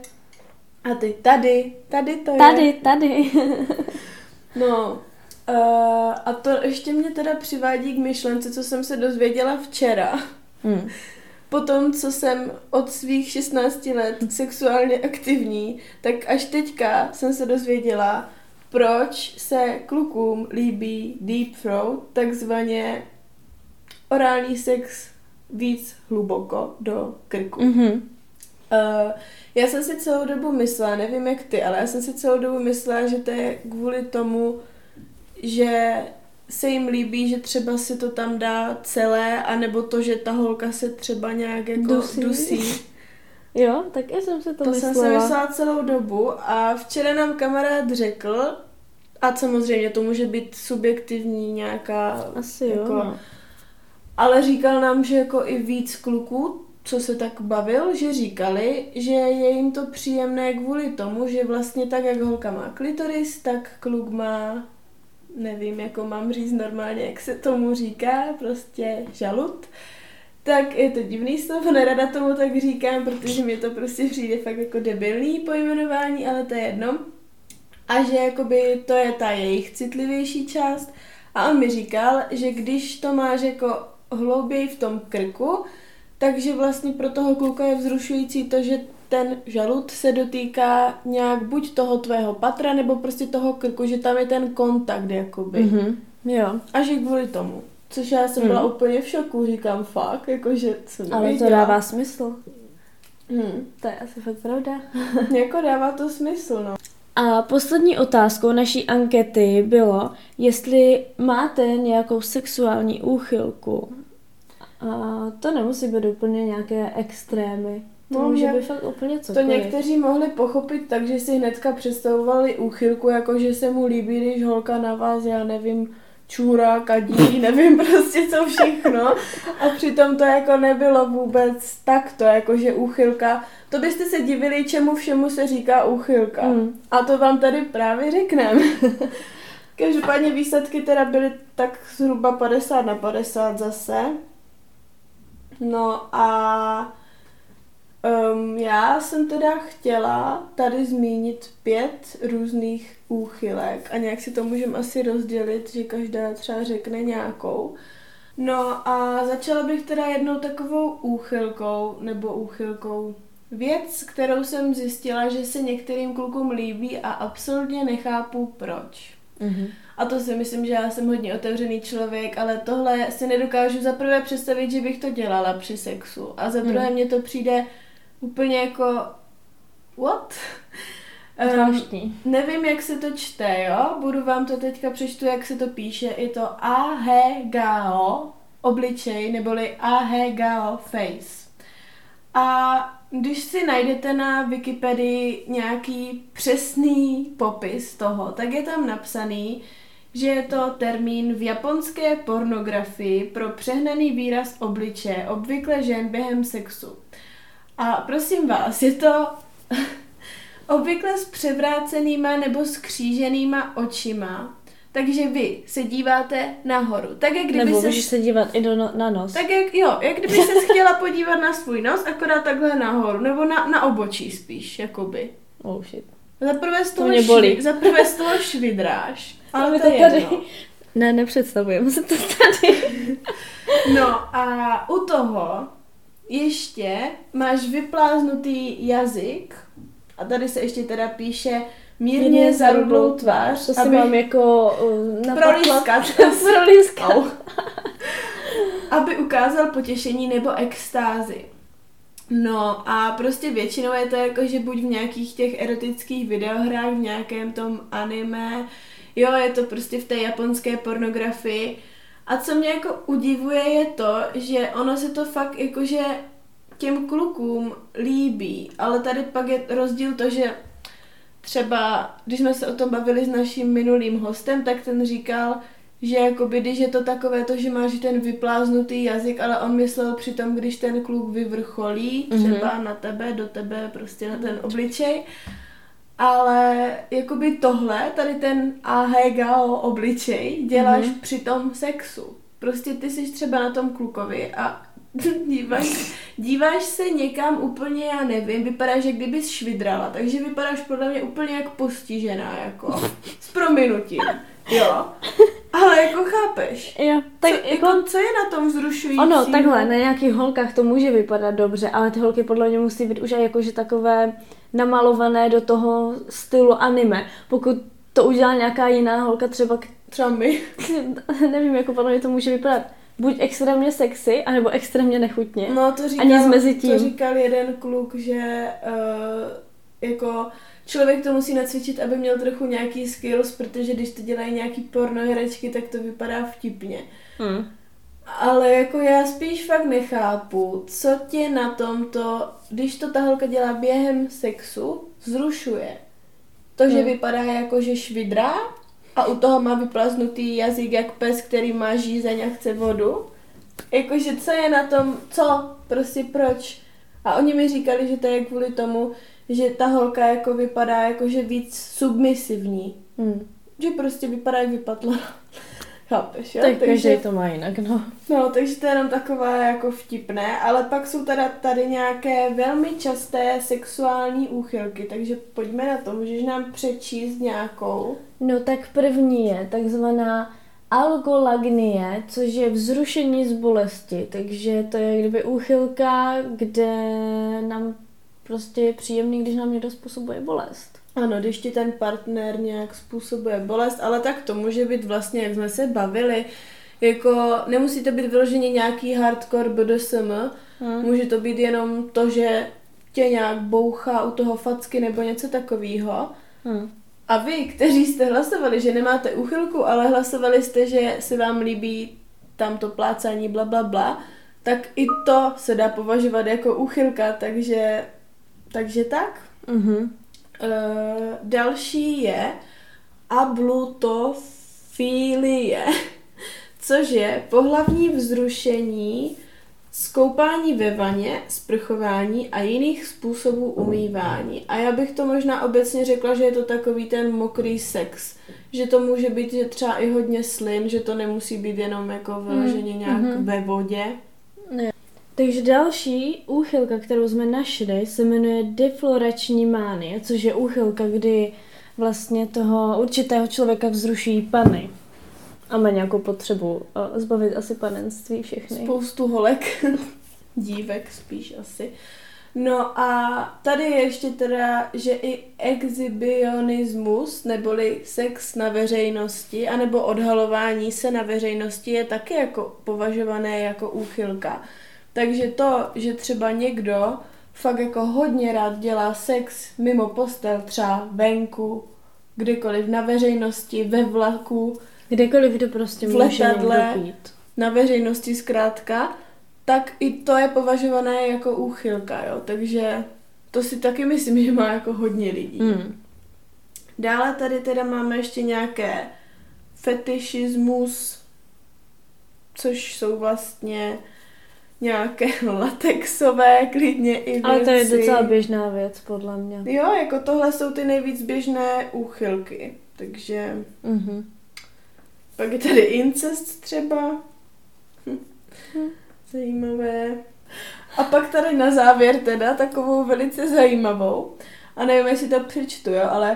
A ty tady, tady to tady, je. Tady, tady. No, uh, a to ještě mě teda přivádí k myšlence, co jsem se dozvěděla včera. Hmm. Potom, co jsem od svých šestnácti let sexuálně aktivní, tak až teďka jsem se dozvěděla, proč se klukům líbí deep throat, takzvaně orální sex víc hluboko do krku. Mm-hmm. Uh, já jsem si celou dobu myslela, nevím jak ty, ale já jsem si celou dobu myslela, že to je kvůli tomu, že se jim líbí, že třeba si to tam dá celé, anebo to, že ta holka se třeba nějak jako dusí. dusí. Jo, tak já jsem se to, to myslela. To jsem se myslela celou dobu a včera nám kamarád řekl, a samozřejmě to může být subjektivní nějaká... Asi jako, jo, no. Ale říkal nám, že jako i víc kluků, co se tak bavil, že říkali, že je jim to příjemné kvůli tomu, že vlastně tak, jak holka má klitoris, tak kluk má... nevím, jako mám říct normálně, jak se tomu říká, prostě žalud, tak je to divný slovo, nerada tomu tak říkám, protože mi to prostě přijde fakt jako debilní pojmenování, ale to je jedno. A že jakoby to je ta jejich citlivější část a on mi říkal, že když to máš jako hlouběji v tom krku, takže vlastně pro toho kluka je vzrušující to, že ten žalud se dotýká nějak buď toho tvého patra, nebo prostě toho krku, že tam je ten kontakt, jakoby. Mm-hmm. Jo. A že kvůli tomu. Což já jsem mm. byla úplně v šoku, říkám fakt, jakože co nevěděla. Ale to dává smysl. Hmm. To je asi fakt pravda. Jako dává to smysl, no. A poslední otázkou naší ankety bylo, jestli máte nějakou sexuální úchylku. A to nemusí být úplně nějaké extrémy. To no, může být fakt úplně cokoliv. To někteří mohli pochopit tak, že si hnedka představovali úchylku, jako že se mu líbí, když holka na vás, já nevím, čůra, kadí, nevím prostě co všechno. A přitom to jako nebylo vůbec takto, jakože úchylka. To byste se divili, čemu všemu se říká úchylka. Mm. A to vám tady právě řekneme. Každopádně výsledky teda byly tak zhruba padesát na padesát zase. No a um, já jsem teda chtěla tady zmínit pět různých úchylek a nějak si to můžeme asi rozdělit, že každá třeba řekne nějakou. No a začala bych teda jednou takovou úchylkou nebo úchylkou. Věc, kterou jsem zjistila, že se některým klukům líbí a absolutně nechápu proč. Mm-hmm. A to si myslím, že já jsem hodně otevřený člověk, ale tohle si nedokážu za prvé představit, že bych to dělala při sexu. A za druhé mm. mně to přijde úplně jako what? Um, nevím, jak se to čte, jo? Budu vám to teďka přečtu, jak se to píše. Je to ahegao obličej, neboli ahegao face. A když si najdete na Wikipedii nějaký přesný popis toho, tak je tam napsaný, že je to termín v japonské pornografii pro přehnaný výraz obličeje, obvykle žen během sexu. A prosím vás, je to obvykle s převrácenýma nebo skříženýma očima. Takže vy se díváte nahoru. Tak jak kdyby nebo se... můžeš se dívat i do no, na nos. Tak jak, jo, jak kdyby se chtěla podívat na svůj nos, akorát takhle nahoru. Nebo na, na obočí spíš, jakoby. Oh shit. Za prvé z To toho, mě bolí. švi, za prvé z toho švidráš. Ale to, to je tady... jedno. Ne, nepředstavujeme se to tady. No a u toho ještě máš vypláznutý jazyk. A tady se ještě teda píše mírně, mírně zarudlou tvář. To si aby... mám jako uh, na prolískat. Prolískat. Aby ukázal potěšení nebo extázi. No a prostě většinou je to jako, že buď v nějakých těch erotických videohrách, v nějakém tom anime, jo, je to prostě v té japonské pornografii. A co mě jako udivuje je to, že ono se to fakt jakože těm klukům líbí, ale tady pak je rozdíl to, že třeba, když jsme se o tom bavili s naším minulým hostem, tak ten říkal, že jakoby, když je to takové to, že máš ten vypláznutý jazyk, ale on myslel přitom, když ten kluk vyvrcholí, třeba mm-hmm. na tebe, do tebe, prostě na ten obličej, ale jakoby tohle, tady ten ahegao obličej, děláš mm-hmm. při tom sexu. Prostě ty jsi třeba na tom klukovi a díváš, díváš se někam úplně, já nevím, vypadá, že kdybys švidrala, takže vypadáš podle mě úplně jak postižená, jako s prominutím, jo. Ale jako chápeš, jo, tak co, jako, jako, co je na tom vzrušující? Ono, takhle, na nějakých holkách to může vypadat dobře, ale ty holky podle mě musí být už jakože takové namalované do toho stylu anime. Pokud to udělá nějaká jiná holka, třeba... Třeba my. Nevím, jako podle mě to může vypadat buď extrémně sexy, anebo extrémně nechutně. No to říkal, Ani mezi tím. To říkal jeden kluk, že uh, jako člověk to musí nacvičit, aby měl trochu nějaký skills, protože když to dělají nějaký pornoherečky, tak to vypadá vtipně. Hmm. Ale jako já spíš fakt nechápu, co tě na tomto, když to ta holka dělá během sexu, vzrušuje. To, že hmm. vypadá jako, že švidrá a u toho má vyplaznutý jazyk jak pes, který má žízeň a chce vodu. Jakože co je na tom, co, prostě proč. A oni mi říkali, že to je kvůli tomu, že ta holka jako vypadá jakože víc submisivní. Hmm. Že prostě vypadá jak vypadla. Chápeš, jo? Tak takže každý to má jinak, no. No, takže to je jenom taková jako vtipné, ale pak jsou teda tady nějaké velmi časté sexuální úchylky, takže pojďme na to, můžeš nám přečíst nějakou? No tak první je takzvaná algolagnie, což je vzrušení z bolesti, takže to je kdyby úchylka, kde nám prostě je příjemný, když nám někdo způsobuje bolest. Ano, když ti ten partner nějak způsobuje bolest, ale tak to může být vlastně, jak jsme se bavili, jako nemusí to být vyloženě nějaký hardcore B D S M, hmm. může to být jenom to, že tě nějak bouchá u toho facky nebo něco takového. Hmm. A vy, kteří jste hlasovali, že nemáte úchylku, ale hlasovali jste, že se vám líbí tamto plácání bla bla bla, tak i to se dá považovat jako úchylka, takže, takže tak. Mhm. Uh, další je ablutofilie, což je pohlavní vzrušení z koupání ve vaně, sprchování a jiných způsobů umývání. A já bych to možná obecně řekla, že je to takový ten mokrý sex. Že to může být že třeba i hodně slin, že to nemusí být jenom jako vyloženě nějak mm-hmm. ve vodě. Ne. Takže další úchylka, kterou jsme našli, se jmenuje deflorační mánie, což je úchylka, kdy vlastně toho určitého člověka vzruší pany. A má nějakou potřebu uh, zbavit asi panenství všechny. Spoustu holek, dívek spíš asi. No a tady je ještě teda, že i exhibionismus, neboli sex na veřejnosti, anebo odhalování se na veřejnosti je taky jako považované jako úchylka. Takže to, že třeba někdo fakt jako hodně rád dělá sex mimo postel, třeba venku, kdekoliv na veřejnosti, ve vlaku, kdekoliv to prostě v letadle, na veřejnosti zkrátka, tak i to je považované jako úchylka, jo. Takže to si taky myslím, že má jako hodně lidí. Hmm. Dále tady teda máme ještě nějaké fetišismus, což jsou vlastně nějaké latexové, klidně i věci. Ale to je docela běžná věc, podle mě. Jo, jako tohle jsou ty nejvíc běžné úchylky, takže... Mm-hmm. Pak je tady incest třeba. Hm. Zajímavé. A pak tady na závěr teda takovou velice zajímavou, a nevím, jestli to přečtu, jo, ale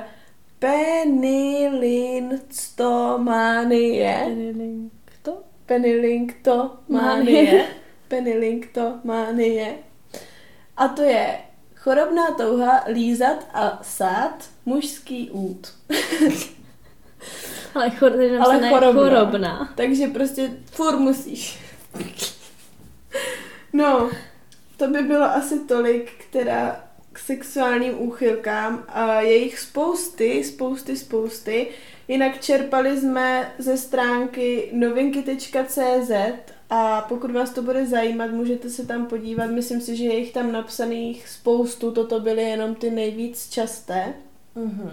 penilinktomanie. Penilinkto? Penilinktomanie. Penilinktomanie. A to je chorobná touha lízat a sát mužský út. Ale, chor- Ale ne chorobná. chorobná. Takže prostě furt musíš. No, to by bylo asi tolik, která k sexuálním úchylkám. A je jich spousty, spousty, spousty. Jinak čerpali jsme ze stránky novinky tečka cé zet a pokud vás to bude zajímat, můžete se tam podívat. Myslím si, že je jich tam napsaných spoustu, toto byly jenom ty nejvíc časté. Mm-hmm.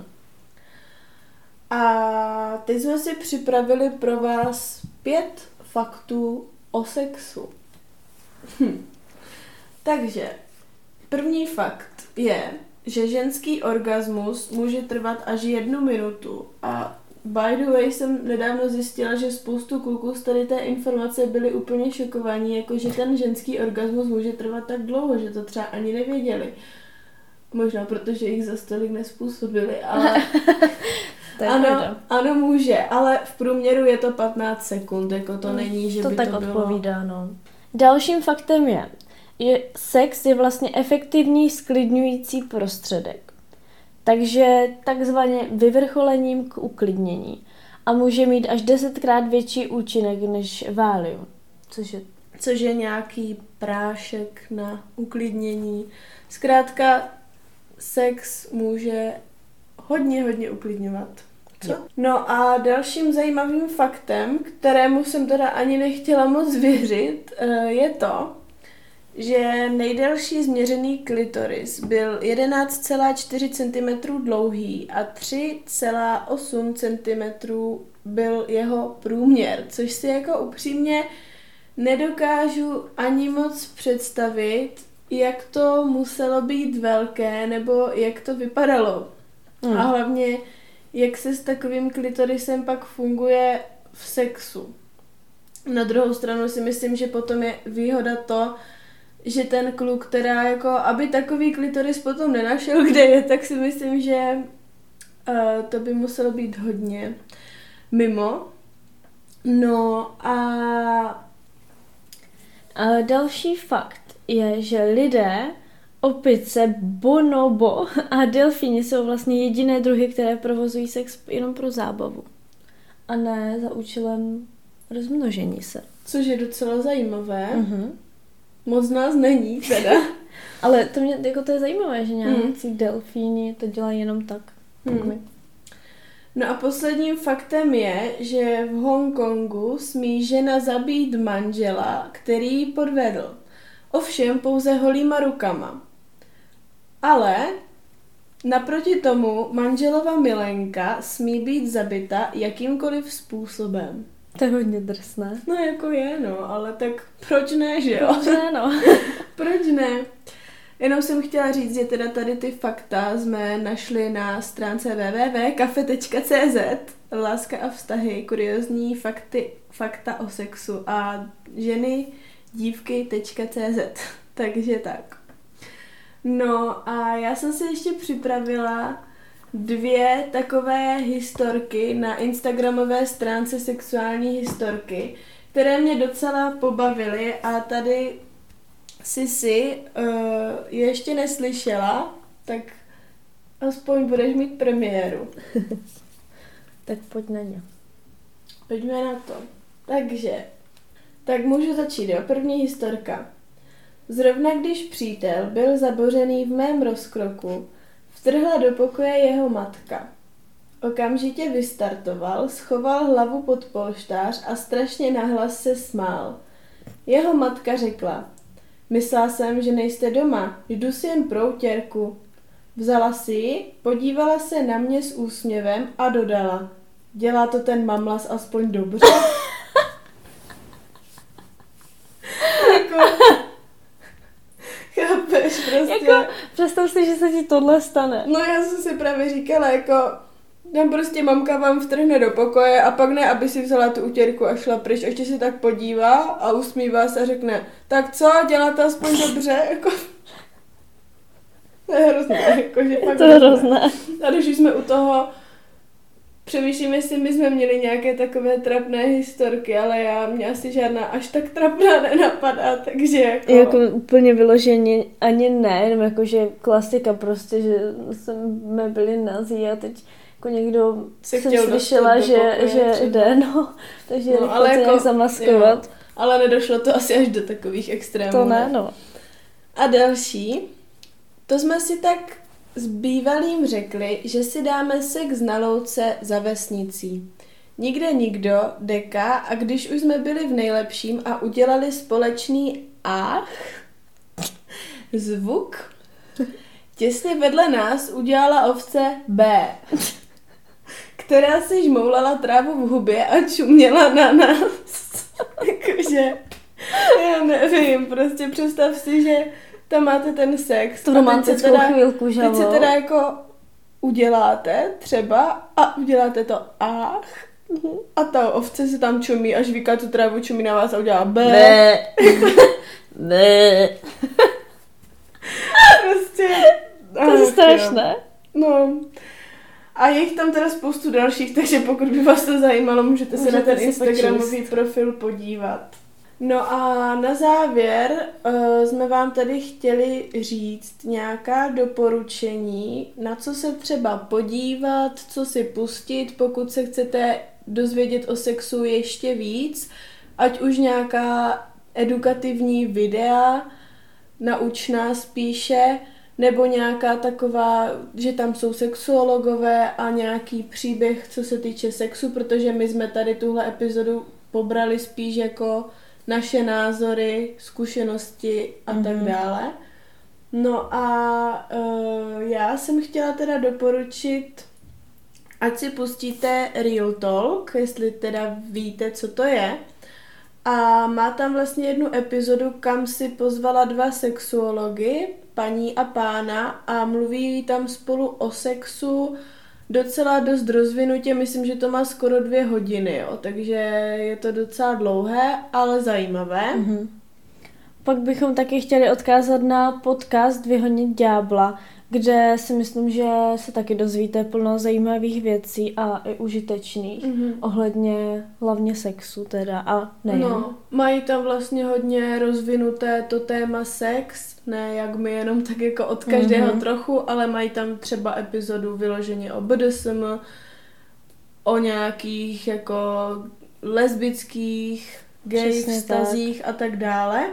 A teď jsme si připravili pro vás pět faktů o sexu. Hm. Takže první fakt je, že ženský orgasmus může trvat až jednu minutu. A by the way jsem nedávno zjistila, že spoustu kluků z tady té informace byli úplně šokovaní, jakože ten ženský orgasmus může trvat tak dlouho, že to třeba ani nevěděli. Možná protože jich za stolik nespůsobili, ale... ano, ano, může, ale v průměru je to patnáct sekund, jako to není, že to by tak to bylo... odpovídá, no. Dalším faktem je, je, sex je vlastně efektivní sklidňující prostředek. Takže takzvaně vyvrcholením k uklidnění. A může mít až desetkrát větší účinek než Valium. Což je... Což je nějaký prášek na uklidnění. Zkrátka, sex může hodně, hodně uklidňovat. Co? No a dalším zajímavým faktem, kterému jsem teda ani nechtěla moc věřit, je to, že nejdelší změřený klitoris byl jedenáct celá čtyři centimetru dlouhý a tři celá osm centimetru byl jeho průměr, což si jako upřímně nedokážu ani moc představit, jak to muselo být velké, nebo jak to vypadalo. Hmm. A hlavně, jak se s takovým klitorisem pak funguje v sexu. Na druhou stranu si myslím, že potom je výhoda to, že ten kluk, která jako, aby takový klitoris potom nenašel, kde je, tak si myslím, že uh, to by muselo být hodně mimo. No a... a další fakt je, že lidé, opice, bonobo a delfíni jsou vlastně jediné druhy, které provozují sex jenom pro zábavu. A ne za účelem rozmnožení se. Což je docela zajímavé. Mm-hmm. Moc nás není teda. Ale to, mě, jako to je zajímavé, že nějací mm. delfíni to dělají jenom tak. Mm. No a posledním faktem je, že v Hongkongu smí žena zabít manžela, který ji podvedl. Ovšem pouze holýma rukama. Ale naproti tomu manželova milenka smí být zabita jakýmkoliv způsobem. To je hodně drsné. No jako je, no, ale tak proč ne, že jo? Proč ne, no. Proč ne? Jenom jsem chtěla říct, že teda tady ty fakta jsme našli na stránce w w w tečka kafe tečka cé zet. Láska a vztahy, kuriózní fakty, fakta o sexu a ženy dívky tečka cé zet. Takže tak. No a já jsem si ještě připravila dvě takové historky na instagramové stránce Sexuální historky, které mě docela pobavily a tady Sisi uh, je ještě neslyšela, tak aspoň budeš mít premiéru. Tak pojď na ně. Pojďme na to. Takže, tak můžu začít, jo? První historka. Zrovna když přítel byl zabořený v mém rozkroku, vtrhla do pokoje jeho matka. Okamžitě vystartoval, schoval hlavu pod polštář a strašně nahlas se smál. Jeho matka řekla: myslela jsem, že nejste doma, jdu si jen pro utěrku. Vzala si ji, podívala se na mě s úsměvem a dodala: dělá to ten mamlas aspoň dobře? Jako, prostě... Jako, představ si, že se ti tohle stane. No já jsem si právě říkala, jako... Tam prostě mamka vám vtrhne do pokoje a pak ne, aby si vzala tu utěrku a šla pryč. Ještě se tak podívá a usmívá se a řekne, tak co, děláte aspoň dobře, jako... To je hrozné, jako, že pak... To je hrozné. A když už jsme u toho, přemýšlím, jestli my jsme měli nějaké takové trapné historky, ale já, mě asi žádná až tak trapná nenapadá, takže jako... Jako úplně vyloženě ani ne, jenom jako, že klasika prostě, že jsme byli nazí a teď jako někdo se jsem slyšela, že, pokoje, že jde, no, takže no, ale to jako, nějak zamaskovat. Jo, ale nedošlo to asi až do takových extrémů. To ne, no. A další, to jsme si tak s bývalým řekli, že si dáme sex na louce za vesnicí. Nikde nikdo, deka, a když už jsme byli v nejlepším a udělali společný ach, zvuk, těsně vedle nás udělala ovce B, která si žmoulala trávu v hubě a čuměla na nás. Jakože, já nevím, prostě představ si, že tam máte ten sex. Tu romantickou teda, chvilku, že teď se teda jako uděláte třeba a uděláte to ach a ta ovce se tam čumí a žvíká tu trávu, čumí na vás a udělá B. Ne. Ne. Prostě. To je strašné. No. A je jich tam teda spoustu dalších, takže pokud by vás to zajímalo, můžete se můžete na ten instagramový počíst. Profil podívat. No a na závěr uh, jsme vám tady chtěli říct nějaká doporučení, na co se třeba podívat, co si pustit, pokud se chcete dozvědět o sexu ještě víc, ať už nějaká edukativní videa, naučná spíše, nebo nějaká taková, že tam jsou sexuologové a nějaký příběh, co se týče sexu, protože my jsme tady tuhle epizodu pobrali spíš jako naše názory, zkušenosti a mm-hmm. tak dále. No a uh, já jsem chtěla teda doporučit, ať si pustíte Real Talk, jestli teda víte, co to je. A má tam vlastně jednu epizodu, kam si pozvala dva sexuology, paní a pána, a mluví tam spolu o sexu docela dost rozvinutě, myslím, že to má skoro dvě hodiny, jo, takže je to docela dlouhé, ale zajímavé. Mm-hmm. Pak bychom taky chtěli odkázat na podcast Vyhonit ďábla, kde si myslím, že se taky dozvíte plno zajímavých věcí a i užitečných, mm-hmm. ohledně hlavně sexu teda a nejen. No, mají tam vlastně hodně rozvinuté to téma sex, ne jak my jenom tak jako od každého mm-hmm. trochu, ale mají tam třeba epizodu vyloženě o B D S M, o nějakých jako lesbických, gay Přesně vztazích tak. a tak dále.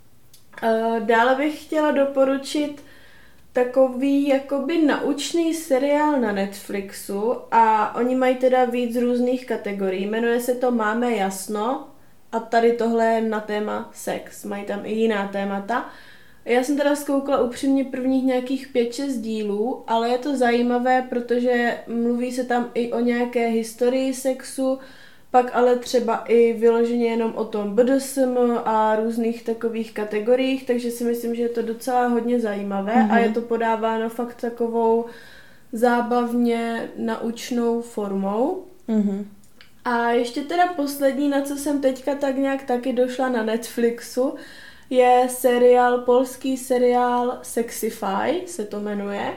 Dále bych chtěla doporučit takový jakoby naučný seriál na Netflixu a oni mají teda víc různých kategorií. Jmenuje se to Máme jasno a tady tohle je na téma sex. Mají tam i jiná témata. Já jsem teda zkoukla upřímně prvních nějakých pět šest dílů, ale je to zajímavé, protože mluví se tam i o nějaké historii sexu, pak ale třeba i vyloženě jenom o tom B D S M a různých takových kategoriích, takže si myslím, že je to docela hodně zajímavé mm-hmm. a je to podáváno fakt takovou zábavně naučnou formou. Mm-hmm. A ještě teda poslední, na co jsem teďka tak nějak taky došla na Netflixu, je seriál, polský seriál Sexify, se to jmenuje.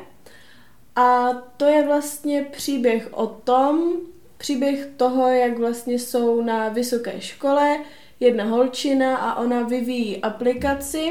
A to je vlastně příběh o tom, Příběh toho, jak vlastně jsou na vysoké škole jedna holčina a ona vyvíjí aplikaci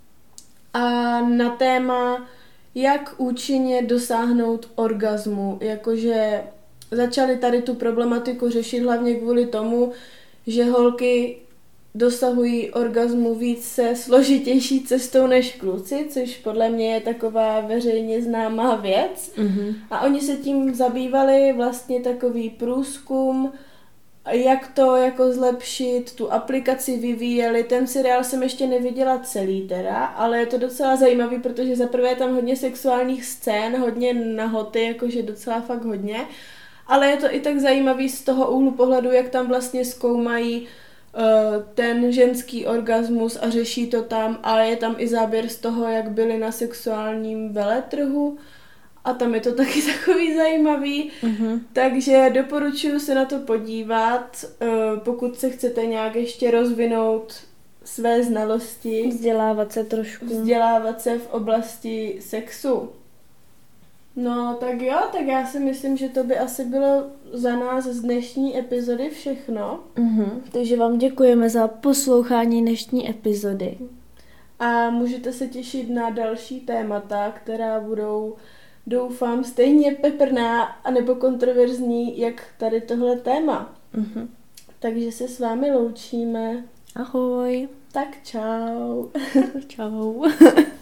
a na téma, jak účinně dosáhnout orgazmu. Jakože začali tady tu problematiku řešit hlavně kvůli tomu, že holky dosahují orgazmu více složitější cestou než kluci, což podle mě je taková veřejně známá věc. Mm-hmm. A oni se tím zabývali, vlastně takový průzkum, jak to jako zlepšit, tu aplikaci vyvíjeli. Ten seriál jsem ještě neviděla celý teda, ale je to docela zajímavý, protože zaprvé je tam hodně sexuálních scén, hodně nahoty, jakože docela fakt hodně. Ale je to i tak zajímavý z toho úhlu pohledu, jak tam vlastně zkoumají ten ženský orgasmus a řeší to tam a je tam i záběr z toho, jak byli na sexuálním veletrhu a tam je to taky takový zajímavý, mm-hmm. takže doporučuji se na to podívat, pokud se chcete nějak ještě rozvinout své znalosti. Vzdělávat se trošku. Vzdělávat se v oblasti sexu. No tak jo, tak já si myslím, že to by asi bylo za nás z dnešní epizody všechno. Mm-hmm. Takže vám děkujeme za poslouchání dnešní epizody. A můžete se těšit na další témata, která budou, doufám, stejně peprná anebo kontroverzní, jak tady tohle téma. Mm-hmm. Takže se s vámi loučíme. Ahoj. Tak čau. Čau.